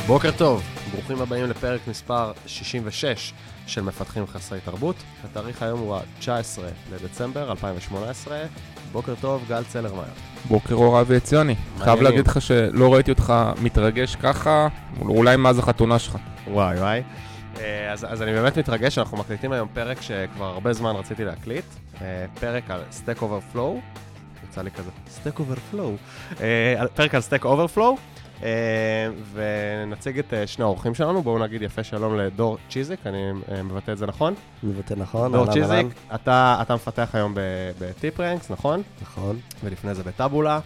בוקר טוב, ברוכים הבאים לפרק מספר 66 של מפתחים חסרי תרבות. התאריך היום הוא ה-19 לדצמבר 2018. בוקר טוב, גל צלרמייר. בוקר אור אבי עציוני. חייב להגיד לך שלא ראיתי אותך מתרגש ככה, אולי מה זה חתונה שלך. וואי וואי. אז אני באמת מתרגש, אנחנו מקליטים היום פרק שכבר הרבה זמן רציתי להקליט. פרק על Stack Overflow. יצא לי כזה, Stack Overflow. פרק על Stack Overflow. ונציג את שני האורחים שלנו. בואו נגיד יפה שלום לדור צ'יזיק, אני מבטא את זה נכון? מבטא נכון. דור צ'יזיק, אתה מפתח היום בטיפרנקס, נכון? נכון. ולפני זה בטאבולה.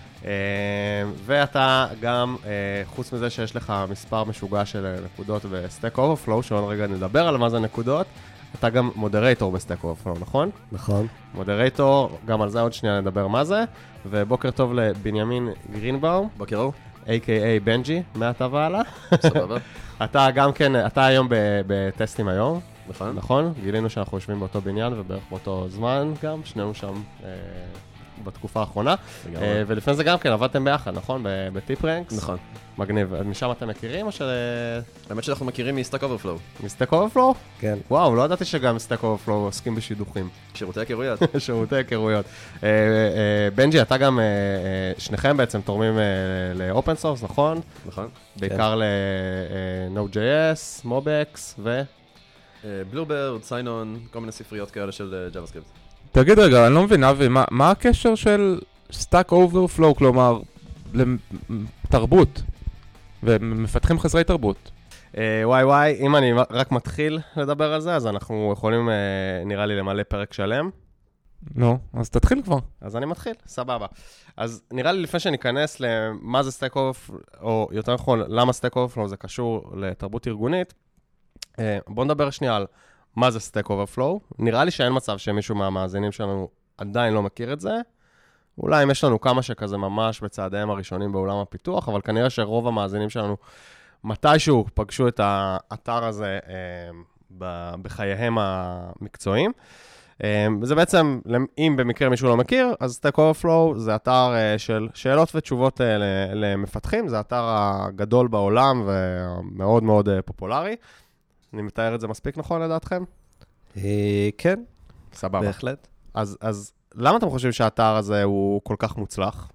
ואתה גם, חוץ מזה שיש לך מספר משוגע של נקודות בסטק אוברפלואו, שעוד רגע נדבר על מה זה נקודות, אתה גם מודרייטור בסטק אוברפלואו, נכון? נכון. מודרייטור, גם על זה עוד שנייה נדבר מה זה. ובוקר טוב לבנימין גרינבאום. בוקר אור. A.K.A. בנג'י, מעתה והלאה. סבבה. אתה גם כן, אתה היום בטסטים היום. נכון. נכון? גילינו שאנחנו יושבים באותו בניין ובערך באותו זמן גם, שנינו שם בתקופה האחרונה. ולפני זה גם כן, עבדתם ביחד, נכון? בטיפרנקס? נכון. מגניב. משם אתם מכירים או האמת שאנחנו מכירים מסטק אוברפלואו. מסטק אוברפלואו? כן. וואו, לא ידעתי שגם מסטק אוברפלואו עוסקים בשידוכים. שירותי היכרויות. שירותי היכרויות. בנג'י, אתה גם, שניכם בעצם תורמים לאופן סורס, נכון? נכון. בעיקר ל-Node.js, Mobex ו... בלוברד, סיינון, כל מיני ספריות כאלה של JavaScript. תגיד רגע, אני לא מבין, אבי, מה הקשר של Stack Overflow, כלומר, לתרבות, ומפתחים חסרי תרבות? וואי, אם אני רק מתחיל לדבר על זה, אז אנחנו יכולים, נראה לי, למלא פרק שלם. נו, אז תתחיל כבר. אז אני מתחיל, סבבה. אז נראה לי לפני שניכנס למה זה Stack Overflow, או יותר נכון, למה Stack Overflow זה קשור לתרבות ארגונית, בואו נדבר שנייה על מה זה Stack Overflow. נראה לי שאין מצב שמישהו מהמאזינים שלנו עדיין לא מכיר את זה. אולי אם יש לנו כמה שכזה ממש בצעדיהם הראשונים בעולם הפיתוח, אבל כנראה שרוב המאזינים שלנו מתישהו פגשו את האתר הזה בחייהם המקצועיים. וזה בעצם, אם במקרה מישהו לא מכיר, אז Stack Overflow זה אתר של שאלות ותשובות למפתחים. זה האתר הגדול בעולם ומאוד מאוד פופולרי. אני מתאר את זה מספיק נכון לדעתכם? כן. סבבה. בהחלט. אז למה אתם חושבים שהאתר הזה הוא כל כך מוצלח?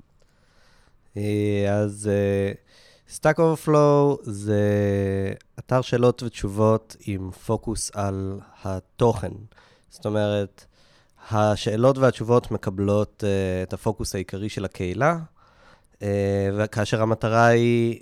אז Stack Overflow זה אתר שאלות ותשובות עם פוקוס על התוכן. זאת אומרת, השאלות והתשובות מקבלות את הפוקוס העיקרי של הקהילה, וכאשר המטרה היא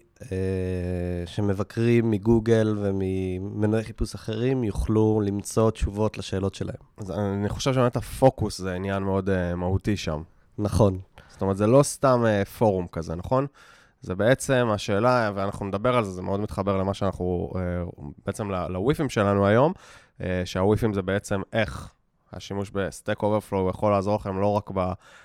שמבקרים מגוגל וממנועי חיפוש אחרים יוכלו למצוא תשובות לשאלות שלהם. אז אני חושב שבאמת הפוקוס זה עניין מאוד מהותי שם. נכון. זאת אומרת, זה לא סתם פורום כזה, נכון? זה בעצם השאלה, ואנחנו נדבר על זה, זה מאוד מתחבר למה שאנחנו, בעצם לוויפים שלנו היום, שהוויפים זה בעצם איך השימוש בסטק אוברפלואו יכול לעזור לכם לא רק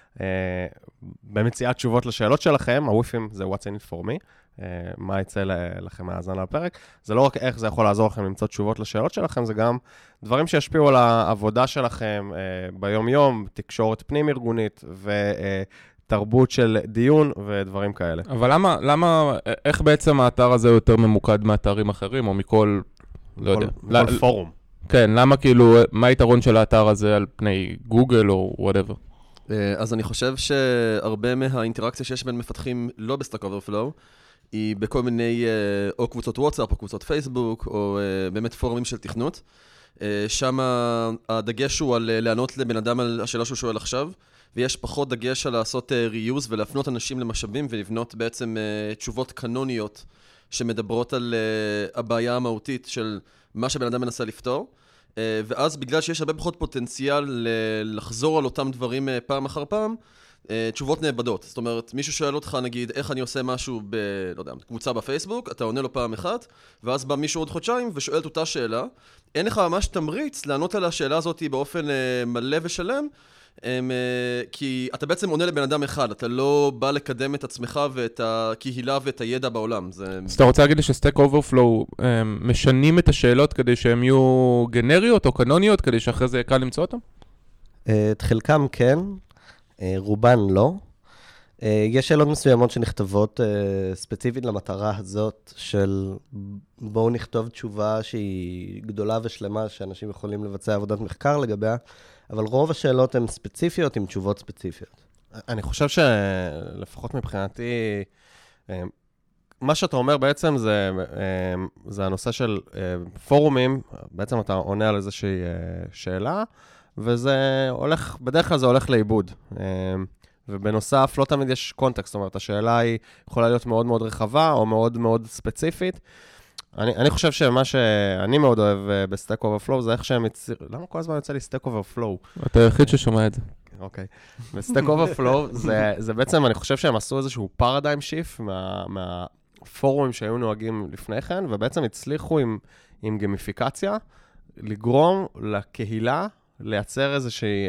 במציאת תשובות לשאלות שלכם, הוויפים זה what's in it for me, מה יצא לכם מהאזנה לפרק, זה לא רק איך זה יכול לעזור לכם למצוא תשובות לשאלות שלכם, זה גם דברים שישפיעו על העבודה שלכם ביום-יום, תקשורת פנים-ארגונית ותרבות של דיון ודברים כאלה. אבל למה, איך בעצם האתר הזה יותר ממוקד מאתרים אחרים, או מכל, לא יודע. מכל פורום. כן, למה כאילו, מה היתרון של האתר הזה על פני גוגל או whatever? אז אני חושב שהרבה מהאינטראקציה שיש בין מפתחים לא בסטק אוברפלואו, היא בכל מיני או קבוצות וואטסאפ או קבוצות פייסבוק, או באמת פורומים של תכנות. שם הדגש הוא על לענות לבן אדם על השאלה שהוא שואל עכשיו, ויש פחות דגש על לעשות reuse ולהפנות אנשים למשאבים ולבנות בעצם תשובות קנוניות שמדברות על הבעיה המהותית של מה שבן אדם מנסה לפתור. ואז בגלל שיש הרבה פחות פוטנציאל לחזור על אותם דברים פעם אחר פעם, תשובות נאבדות. זאת אומרת, מישהו שואל אותך, נגיד, איך אני עושה משהו לא יודע, קבוצה בפייסבוק, אתה עונה לו פעם אחת, ואז בא מישהו עוד חודשיים ושואל את אותה שאלה. אין לך ממש תמריץ לענות על השאלה הזאת באופן מלא ושלם, כי אתה בעצם עונה לבן אדם אחד, אתה לא בא לקדם את עצמך ואת הקהילה ואת הידע בעולם. אז אתה רוצה להגיד לי שסטק אוברפלואו משנים את השאלות כדי שהן יהיו גנריות או קנוניות, כדי שאחרי זה קל למצוא אותן? את חלקם כן, רובן לא. יש שאלות מסוימות שנכתבות ספציפית למטרה הזאת של בואו נכתוב תשובה שהיא גדולה ושלמה, שאנשים יכולים לבצע עבודת מחקר לגביה, אבל רוב השאלות הן ספציפיות עם תשובות ספציפיות. אני חושב שלפחות מבחינתי, מה שאתה אומר בעצם זה הנושא של פורומים, בעצם אתה עונה על איזושהי שאלה, וזה הולך, בדרך כלל זה הולך לאיבוד. ובנוסף, לא תמיד יש קונטקסט, זאת אומרת, השאלה היא יכולה להיות מאוד מאוד רחבה, או מאוד מאוד ספציפית. אני חושב שמה שאני מאוד אוהב בסטק אוברפלואו, זה איך שהם למה כל הזמן יוצא לי סטק אוברפלואו? אתה היחיד ששומע את זה. אוקיי. בסטק אוברפלואו, זה בעצם, אני חושב שהם עשו איזשהו פרדיים שיפט מהפורומים שהיו נוהגים לפני כן, ובעצם הצליחו עם גמיפיקציה, לגרום לקהילה לייצר איזושהי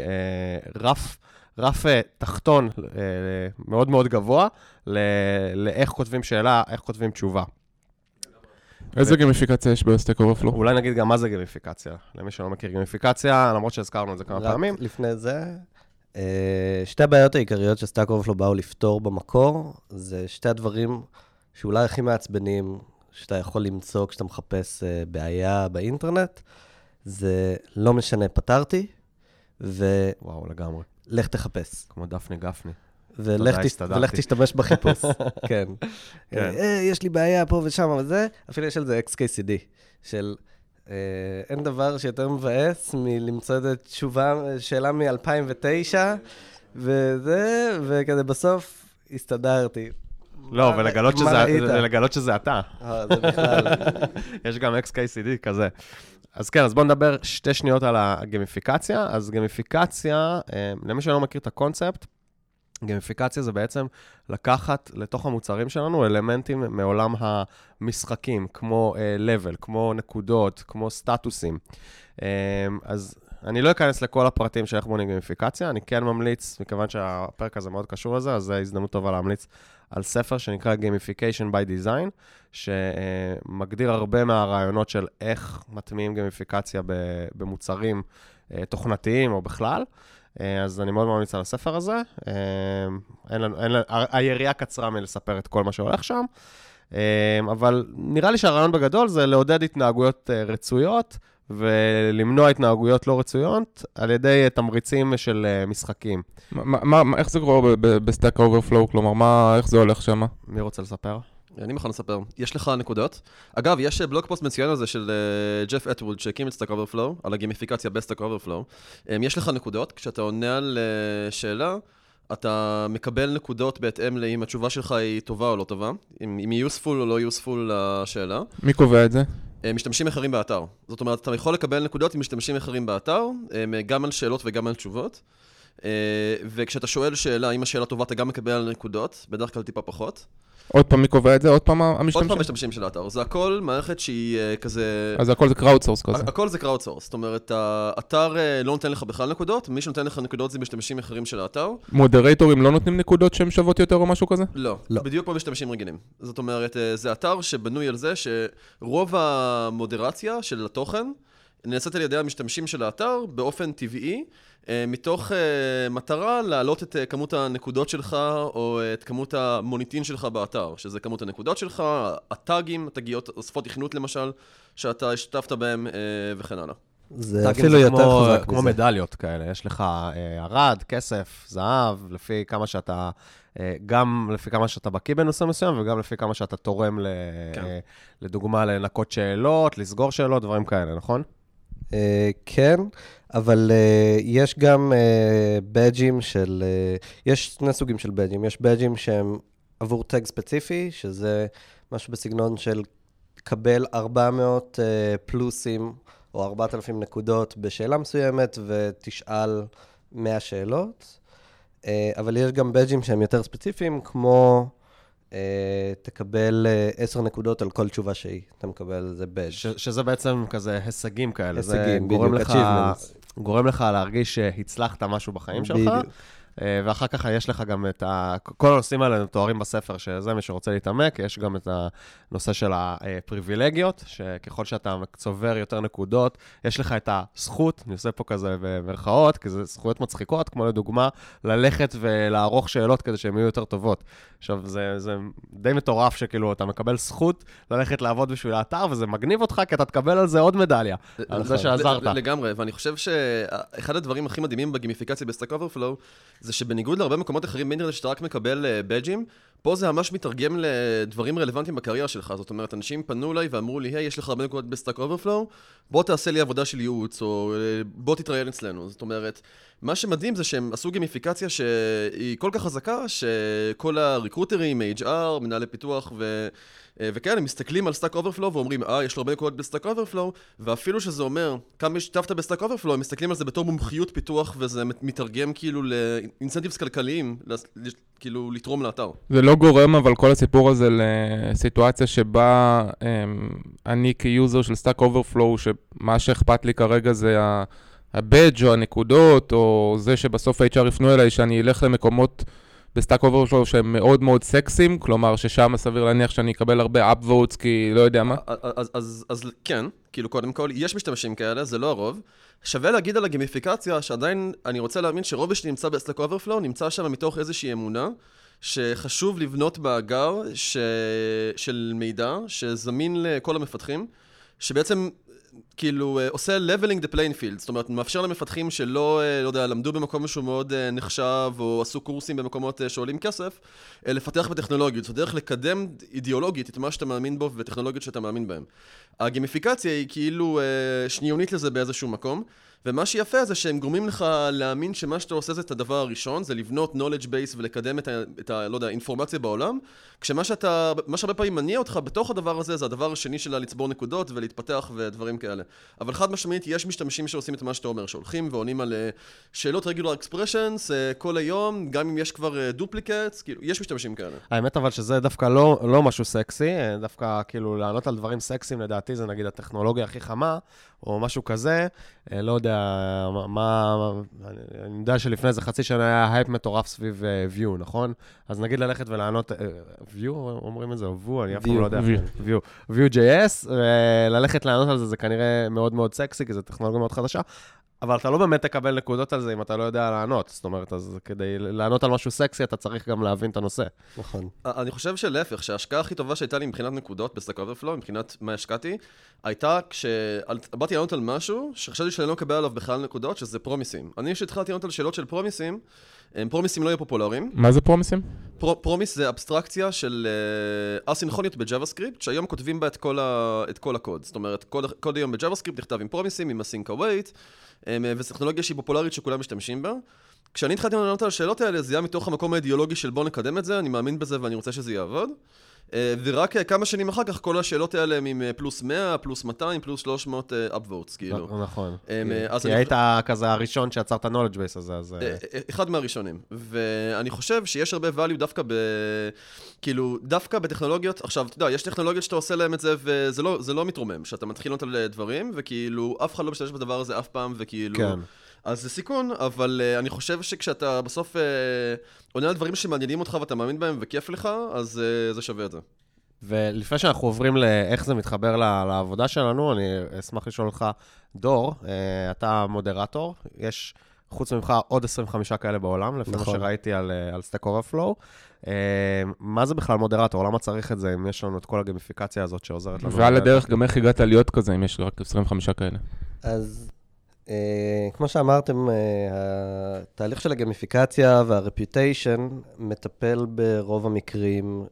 רף תחתון מאוד מאוד גבוה, לאיך כותבים שאלה, איך כותבים תשובה. איזה גמיפיקציה יש בסטק אוברפלואו? אולי נגיד גם מה זה גמיפיקציה, למי שלא מכיר גמיפיקציה, למרות שהזכרנו את זה כמה פעמים. לפני זה, שתי הבעיות העיקריות שסטק אוברפלואו באו לפתור במקור, זה שתי הדברים שאולי הכי מעצבנים שאתה יכול למצוא כשאתה מחפש בעיה באינטרנט, זה לא משנה, פתרתי, וואו, לגמרי. לך תחפש. כמו דפני גפני. ולך תשתמש בחיפוש. כן. יש לי בעיה פה ושם, אבל זה, אפילו יש על זה XKCD, של אין דבר שיותר מבאס מלמצוא את התשובה, שאלה מ-2009, וזה, וכזה בסוף הסתדרתי. לא, ולגלות שזה אתה. זה בכלל. יש גם XKCD כזה. אז כן, אז בואו נדבר 2 שניות על הגמיפיקציה. אז גמיפיקציה, למי שלא מכיר את הקונספט, גמיפיקציה זה בעצם לקחת לתוך המוצרים שלנו אלמנטים מעולם המשחקים, כמו level, כמו נקודות, כמו סטטוסים. אז אני לא אכנס לכל הפרטים של איך בונים גמיפיקציה, אני כן ממליץ, מכיוון שהפרק הזה מאוד קשור לזה, אז זו הזדמנות טובה להמליץ על ספר שנקרא Gamification by Design, שמגדיר הרבה מהרעיונות של איך מטמיעים גמיפיקציה במוצרים תוכנתיים או בכלל. אז אני מאוד ממליץ על הספר הזה. היריעה קצרה מלספר את כל מה שהולך שם, אבל נראה לי שהרעיון בגדול זה לעודד התנהגויות רצויות, ולמנוע התנהגויות לא רצויות על ידי תמריצים של משחקים. איך זה קורה בסטק אוברפלואו? כלומר, איך זה הולך שם? מי רוצה לספר? אני מוכן לספר. יש לך נקודות. אגב, יש בלוג פוסט מצוין הזה של ג'ף אטוולד שהקים את סטק אוברפלואו, על הגימיפיקציה בסטק אוברפלואו. יש לך נקודות, כשאתה עונה על שאלה, אתה מקבל נקודות בהתאם לאם התשובה שלך היא טובה או לא טובה, אם היא useful או לא useful לשאלה. מי קובע את זה? משתמשים אחרים באתר. זאת אומרת, אתה יכול לקבל נקודות עם משתמשים אחרים באתר, גם על שאלות וגם על תשובות. וכשאתה שואל שאלה, אם השאלה טובה, אתה גם מקבל על נקודות, בדרך כלל טיפה פחות. עוד פעם מי קובע את זה? עוד פעם המשתמשים? עוד פעם המשתמשים של האתר. זה הכל מערכת שהיא כזה... אז הכל זה crowdsource כזה. הכל זה crowdsource. זאת אומרת, האתר לא נותן לך בכלל נקודות, מי שנותן לך נקודות זה משתמשים אחרים של האתר. מודרטורים לא נותנים נקודות שהן שוות יותר או משהו כזה? לא. בדיוק כמו משתמשים רגילים. זאת אומרת, זה אתר שבנוי על זה שרוב המודרציה של התוכן נעשית על ידי המשתמשים של האתר באופן טבעי, מתוך מטרה להעלות את כמות הנקודות שלך או את כמות המוניטין שלך באתר, שזה כמות הנקודות שלך, הטאגים, התגיות, אספות תכנות למשל, שאתה השתתפת בהם וכן הלאה. זה אפילו יותר חזק מזה. כמו מדליות כאלה, יש לך ערד, כסף, זהב, לפי כמה שאתה, גם לפי כמה שאתה בקיא בנושא מסוים, וגם לפי כמה שאתה תורם לדוגמה לנקות שאלות, לסגור שאלות, דברים כאלה, נכון? כן, אבל יש גם בדג'ים של, יש 2 סוגים של בדג'ים, יש בדג'ים שהם עבור טג ספציפי, שזה משהו בסגנון של קבל 400 פלוסים או 4,000 נקודות בשאלה מסוימת ותשאל 100 שאלות, אבל יש גם בדג'ים שהם יותר ספציפיים, כמו תקבל 10 נקודות על כל תשובה שהיא, אתה מקבל זה בדג'. שזה בעצם כזה הישגים כאלה. הישגים, בדיוק, achievements. גורם לך להרגיש שהצלחת משהו בחיים שלך, ואחר כך יש לך גם את כל הנושאים האלה מתוארים בספר, שזה מי שרוצה להתעמק, יש גם את הנושא של הפריבילגיות, שככל שאתה צובר יותר נקודות, יש לך את הזכות, אני עושה פה כזה במרכאות, כי זה זכויות מצחיקות, כמו לדוגמה, ללכת ולערוך שאלות כדי שהן יהיו יותר טובות. עכשיו, זה די מטורף שכאילו אתה מקבל זכות ללכת לעבוד בשביל האתר, וזה מגניב אותך, כי אתה תקבל על זה עוד מדליה, על זה שעזרת. לגמרי, ואני חושב שאחד הדברים הכי מדהימים בגימיפיקציה בסטאק אוברפלואו, זה שבניגוד להרבה מקומות אחרים באינטרנט שאתה רק מקבל בדג'ים, פה זה ממש מתרגם לדברים רלוונטיים בקריירה שלך. זאת אומרת, אנשים פנו אליי ואמרו לי, היי, יש לך הרבה נקודות בסטאק אוברפלואו, בוא תעשה לי עבודה של ייעוץ, או בוא תתראיין אצלנו. זאת אומרת, מה שמדהים זה שהם עשו גימיפיקציה שהיא כל כך חזקה, שכל הריקרוטרים, HR, מנהלי פיתוח וכן, הם מסתכלים על סטאק אוברפלואו ואומרים, יש לו הרבה נקודות בסטאק אוברפלואו, ואפילו שזה אומר, כמה השתתפת בסטאק אוברפלואו, הם מסתכלים על זה בתור מומחיות פיתוח, וזה מתרגם כאילו לאינסנטיבס כלכליים, כאילו לתרום לאתר. זה לא גורם, אבל כל הסיפור הזה לסיטואציה שבה אני כיוזר של סטאק אוברפלואו, שמה שאכפת לי כרגע זה הבאג' או הנקודות, או זה שבסוף HR יפנו אליי שאני אלך למקומות בסטאק אוברפלואו שהם מאוד מאוד סקסיים, כלומר ששם סביר להניח שאני אקבל הרבה upvotes, כי לא יודע מה. אז כן, כאילו קודם כל, יש משתמשים כאלה, זה לא הרוב. שווה להגיד על הגימיפיקציה, שעדיין אני רוצה להאמין שרוב שנמצא בסטאק אוברפלואו, נמצא שם מתוך איזושהי אמונה, שחשוב לבנות מאגר של מידע, שזמין לכל המפתחים, שבעצם כאילו עושה leveling the playing field, זאת אומרת, מאפשר למפתחים שלא, לא יודע, למדו במקום משהו מאוד נחשב, או עשו קורסים במקומות שעולים כסף, לפתח בטכנולוגיות, זאת דרך לקדם אידיאולוגית את מה שאתה מאמין בו, וטכנולוגיות שאתה מאמין בהם. הגימיפיקציה היא כאילו שניונית לזה באיזשהו מקום, ומה שיפה זה שהם גורמים לך להאמין שמה שאתה עושה זה את הדבר הראשון, זה לבנות knowledge base ולקדם את לא יודע, אינפורמציה בעולם, כשמה שהרבה פעמים מניע אותך בתוך הדבר הזה, זה הדבר השני שלה לצבור נקודות ולהתפתח ודברים כאלה. אבל חד משמעית, יש משתמשים שעושים את מה שאתה אומר, שהולכים ועונים על שאלות regular expressions כל היום, גם אם יש כבר duplicates, כאילו, יש משתמשים כאלה. האמת אבל שזה דווקא לא משהו סקסי, דווקא כאילו לענות על דברים סקסיים, לדעתי זה נגיד הטכנולוגיה הכי חמה, או משהו כזה, לא יודע אני יודע שלפני זה חצי שנה היה הייפ מטורף סביב Vue, נכון? אז נגיד ללכת ולענות, Vue אומרים את זה, או Vue, אני אף פעם לא יודע. Vue.js, ללכת לענות על זה, זה כנראה מאוד מאוד סקסי, כי זו טכנולוגיה מאוד חדשה, אבל אתה לא באמת תקבל נקודות על זה אם אתה לא יודע לענות. זאת אומרת, אז כדי לענות על משהו סקסי, אתה צריך גם להבין את הנושא. נכון. אני חושב שלהפך, שההשקעה הכי טובה שהייתה לי מבחינת נקודות בסטאק אוברפלואו, מבחינת מה השקעתי, הייתה כשבאתי לענות על משהו, שחשבתי שאני לא מקבל עליו בכלל נקודות, שזה פרומיסים. אני שהתחלתי לענות על שאלות של פרומיסים, פרומיסים לא יהיו פופולריים. מה זה פרומיסים? פרומיס זה אבסטרקציה של אסינכרוניות בג'אווה-סקריפט, שהיום כותבים בה את כל הקוד. זאת אומרת, קוד היום בג'אווה-סקריפט נכתב עם פרומיסים, עם async await, וזו טכנולוגיה שהיא פופולרית שכולם משתמשים בה. כשאני התחלתי לענות על השאלות האלה, זה היה מתוך המקום האידיאולוגי של בוא נקדם את זה, אני מאמין בזה ואני רוצה שזה יעבוד. ורק כמה שנים אחר כך, כל השאלות האלה הם עם פלוס 100, פלוס 200, פלוס 300 upvotes, כאילו. נכון. כי היית כזה הראשון שיצר את ה-knowledge base הזה, אז... אחד מהראשונים. ואני חושב שיש הרבה value דווקא כאילו, דווקא בטכנולוגיות, עכשיו, אתה יודע, יש טכנולוגיות שאתה עושה להם את זה, וזה לא מתרומם, שאתה מתחיל לענות על דברים, וכאילו, אף אחד לא משתמש בדבר הזה אף פעם, וכאילו... כן. אז זה סיכון, אבל אני חושב שכשאתה בסוף עונה על דברים שמעניינים אותך ואתה מאמין בהם וכיף לך, אז זה שווה את זה. ולפני שאנחנו עוברים לאיך זה מתחבר לעבודה שלנו, אני אשמח לשאול אותך, דור, אתה מודרטור, יש חוץ ממך עוד 25 כאלה בעולם, לפני מה שראיתי על Stack Overflow. מה זה בכלל מודרטור? למה צריך את זה אם יש לנו את כל הגמיפיקציה הזאת שעוזרת לנו? ועל הדרך גם איך הגעת להיות כזה, אם יש רק 25 כאלה? אז כמו שאמרתם, התהליך של הגמיפיקציה והרפיוטיישן מטפל ברוב המקרים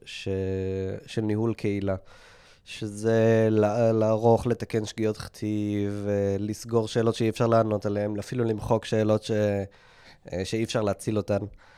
של ניהול קהילה, שזה לערוך, לתקן שגיאות כתיב, לסגור שאלות שאי אפשר לענות עליהן, אפילו למחוק שאלות שאי אפשר להציל אותן.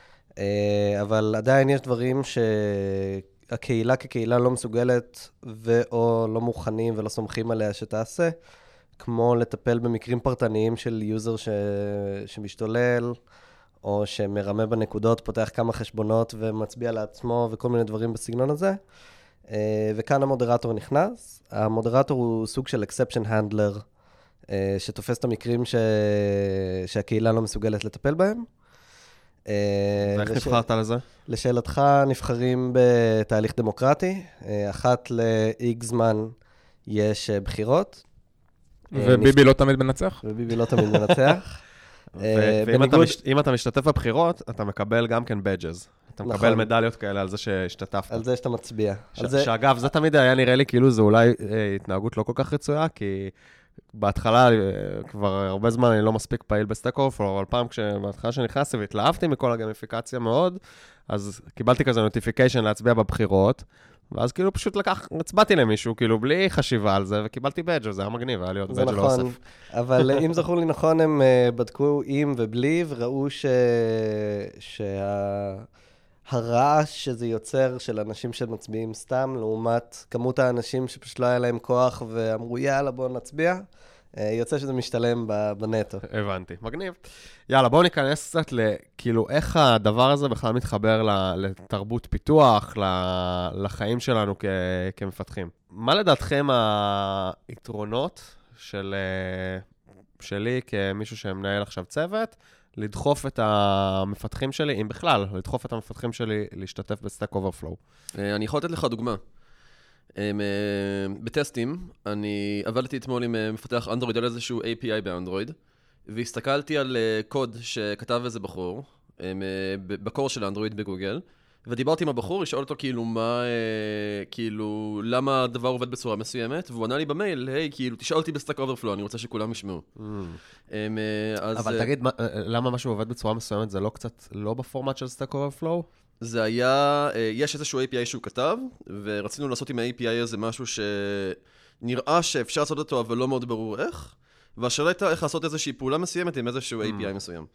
אבל עדיין יש דברים שהקהילה כקהילה לא מסוגלת או לא מוכנים ולא סומכים עליה שתעשה, כמו לטפל במקרים פרטניים של יוזר שמשתולל, או שמרמה בנקודות, פותח כמה חשבונות ומצביע לעצמו וכל מיני דברים בסגנון הזה. וכאן המודרטור נכנס. המודרטור הוא סוג של exception handler, שתופס את המקרים שהקהילה לא מסוגלת לטפל בהם. ואיך נבחרת לזה? לשאלתך, נבחרים בתהליך דמוקרטי. אחת ל-X זמן יש בחירות. וביבי לא תמיד מנצח? וביבי לא תמיד מנצח. ואם אתה משתתף בבחירות, אתה מקבל גם כן בדג'ז. אתה מקבל מדליות כאלה על זה שהשתתפת. על זה שאתה מצביע. שאגב, זה תמיד היה נראה לי כאילו זה אולי התנהגות לא כל כך רצויה, כי בהתחלה, כבר הרבה זמן אני לא מספיק פעיל בסטק אוברפלואו, אבל פעם בהתחלה שנכנסתי והתלהבתי מכל הגמיפיקציה מאוד, אז קיבלתי כזה נוטיפיקיישן להצביע בבחירות, ואז כאילו פשוט הצבעתי למישהו, כאילו בלי חשיבה על זה, וקיבלתי בדג' זה היה מגניב, היה להיות בדג' לא אוסף. אבל אם זכור לי נכון, הם בדקו עם ובלי, וראו הרעש שזה יוצר של אנשים שמצביעים סתם, לעומת כמות האנשים שפשוט לא היה להם כוח ואמרו, יאללה, בואו נצביע, יוצא שזה משתלם בנטו. הבנתי, מגניב. יאללה, בואו ניכנס קצת כאילו איך הדבר הזה בכלל מתחבר לתרבות פיתוח, לחיים שלנו כמפתחים. מה לדעתכם היתרונות שלי כמישהו שמנהל עכשיו צוות, לדחוף את המפתחים שלי, אם בכלל, לדחוף את המפתחים שלי להשתתף בסטק אוברפלואו? אני יכול לתת לך דוגמה. בטסטים, אני עבדתי אתמול עם מפתח אנדרואיד על איזשהו API באנדרואיד, והסתכלתי על קוד שכתב איזה בחור, בקור של אנדרואיד בגוגל, ודיברתי עם הבחור, לשאול אותו כאילו, למה הדבר עובד בצורה מסוימת, והוא ענה לי במייל, היי, כאילו, תשאל אותי בסטק אוברפלואו, אני רוצה שכולם ישמעו. אבל תגיד, למה משהו עובד בצורה מסוימת, זה לא קצת, לא בפורמט של סטק אוברפלואו? זה היה, יש איזשהו API שהוא כתב, ורצינו לעשות עם ה-API הזה משהו שנראה שאפשר לעשות אותו, אבל לא מאוד ברור איך, והשאלה הייתה איך לעשות איזושהי פעולה מסוימת עם איזשהו API מסוים.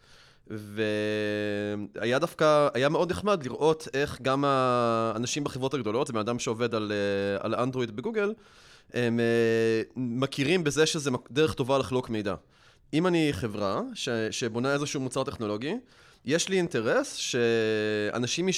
והיה דווקא, היה מאוד נחמד לראות איך גם האנשים בחברות הגדולות, זה מאדם שעובד על אנדרואיד בגוגל, הם מכירים בזה שזה דרך טובה לחלוק מידע. אם אני חברה שבונה איזשהו מוצר טכנולוגי, יש לי אינטרס שאנשים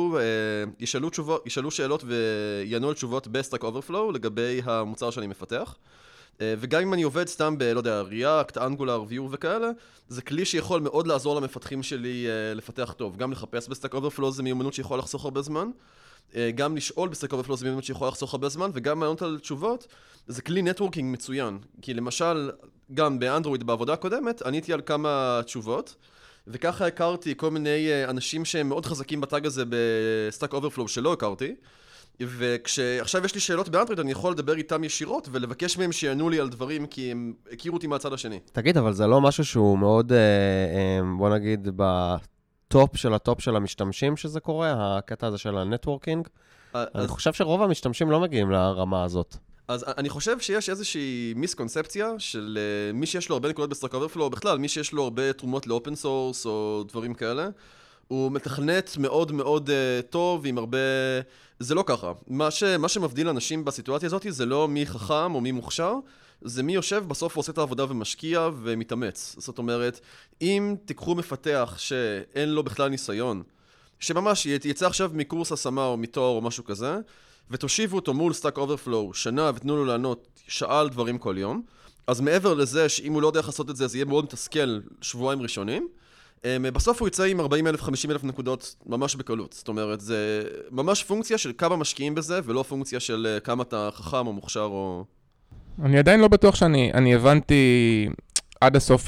ישאלו שאלות ויענו על תשובות בסטק אוברפלואו לגבי המוצר שאני מפתח. וגם אם אני עובד סתם לא יודע, React, Angular, Vue וכאלה, זה כלי שיכול מאוד לעזור למפתחים שלי לפתח טוב. גם לחפש בסטק אוברפלואו זה מיומנות שיכול לחסוך הרבה זמן, גם לשאול בסטק אוברפלואו זה מיומנות שיכול לחסוך הרבה זמן, וגם לענות על תשובות, זה כלי נטוורקינג מצוין. כי למשל, גם באנדרואיד בעבודה הקודמת, עניתי על כמה תשובות, וככה הכרתי כל מיני אנשים שהם מאוד חזקים בטאג הזה בסטק אוברפלואו שלא הכרתי, וכשעכשיו יש לי שאלות באנדרואיד, אני יכול לדבר איתם ישירות ולבקש מהם שיענו לי על דברים, כי הם הכירו אותי מהצד השני. תגיד, אבל זה לא משהו שהוא מאוד, בוא נגיד, בטופ של המשתמשים שזה קורה, הקטע הזה של הנטוורקינג? אני חושב שרוב המשתמשים לא מגיעים לרמה הזאת. אז אני חושב שיש איזושהי מיסקונספציה של מי שיש לו הרבה נקודות בסטק אוברפלואו, בכלל, מי שיש לו הרבה תרומות לאופן סורס או דברים כאלה, הוא מתכנת מאוד מאוד טוב עם הרבה... זה לא ככה. מה שמבדיל אנשים בסיטואציה הזאת זה לא מי חכם או מי מוכשר, זה מי יושב בסוף ועושה את העבודה ומשקיע ומתאמץ. זאת אומרת, אם תיקחו מפתח שאין לו בכלל ניסיון, שממש יצא עכשיו מקורס השמה או מתואר או משהו כזה, ותושיבו אותו מול סטק אוברפלואו שנה ותנו לו לענות שעה על דברים כל יום, אז מעבר לזה שאם הוא לא יודע איך לעשות את זה, זה יהיה מאוד מתסכל שבועיים ראשונים, בסוף הוא יצא עם 40,000, 50,000 נקודות ממש בקלות. זאת אומרת, זה ממש פונקציה של כמה משקיעים בזה, ולא פונקציה של כמה אתה חכם או מוכשר או... אני עדיין לא בטוח שאני הבנתי עד הסוף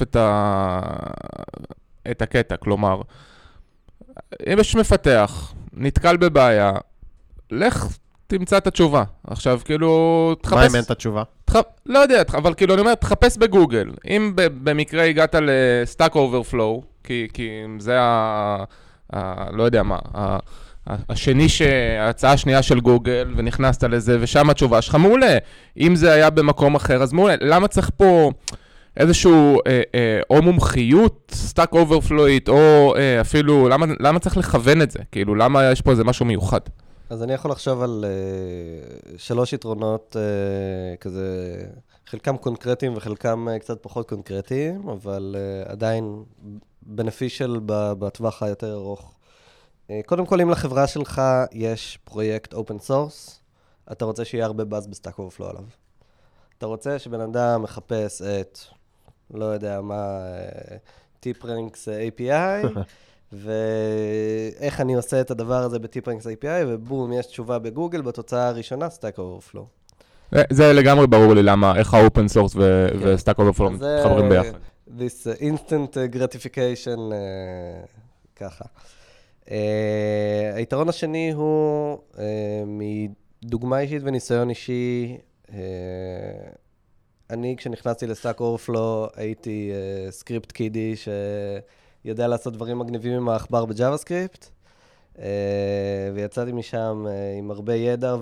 את הקטע. כלומר, אם יש מפתח, נתקל בבעיה, לך תמצא את התשובה. עכשיו, כאילו, תחפש... מה אם אין את התשובה? לא יודע, אבל כאילו, אני אומר, תחפש בגוגל. אם במקרה הגעת לסטק אוברפלואו, כי זה לא יודע מה, ההצעה השנייה של גוגל, ונכנסת לזה, ושם התשובה שלך מעולה. אם זה היה במקום אחר, אז מעולה. למה צריך פה איזשהו או מומחיות סטק אוברפלואית, או אפילו, למה צריך לכוון את זה? כאילו, למה יש פה איזה משהו מיוחד? אז אני יכול לחשוב על 3 יתרונות כזה, חלקם קונקרטיים וחלקם קצת פחות קונקרטיים, אבל עדיין beneficial בטווח היותר ארוך. קודם כל, אם לחברה שלך יש פרויקט open source, אתה רוצה שיהיה הרבה באז בסטק אוברפלואו עליו. אתה רוצה שבן אדם מחפש את, לא יודע מה, TipRanks API, ואיך אני עושה את הדבר הזה ב-TPranks API, ובום, יש תשובה בגוגל, בתוצאה הראשונה, Stack Overflow. זה לגמרי ברור לי למה, איך ה-open source ו-Stack Overflow מתחברים ביחד. This instant gratification, ככה. היתרון השני הוא מדוגמה אישית וניסיון אישי. אני, כשנכנסתי ל-Stack Overflow, הייתי סקריפט קידי שיודע לעשות דברים מגניבים עם העכבר בג'אווה-סקריפט, ויצאתי משם עם הרבה ידע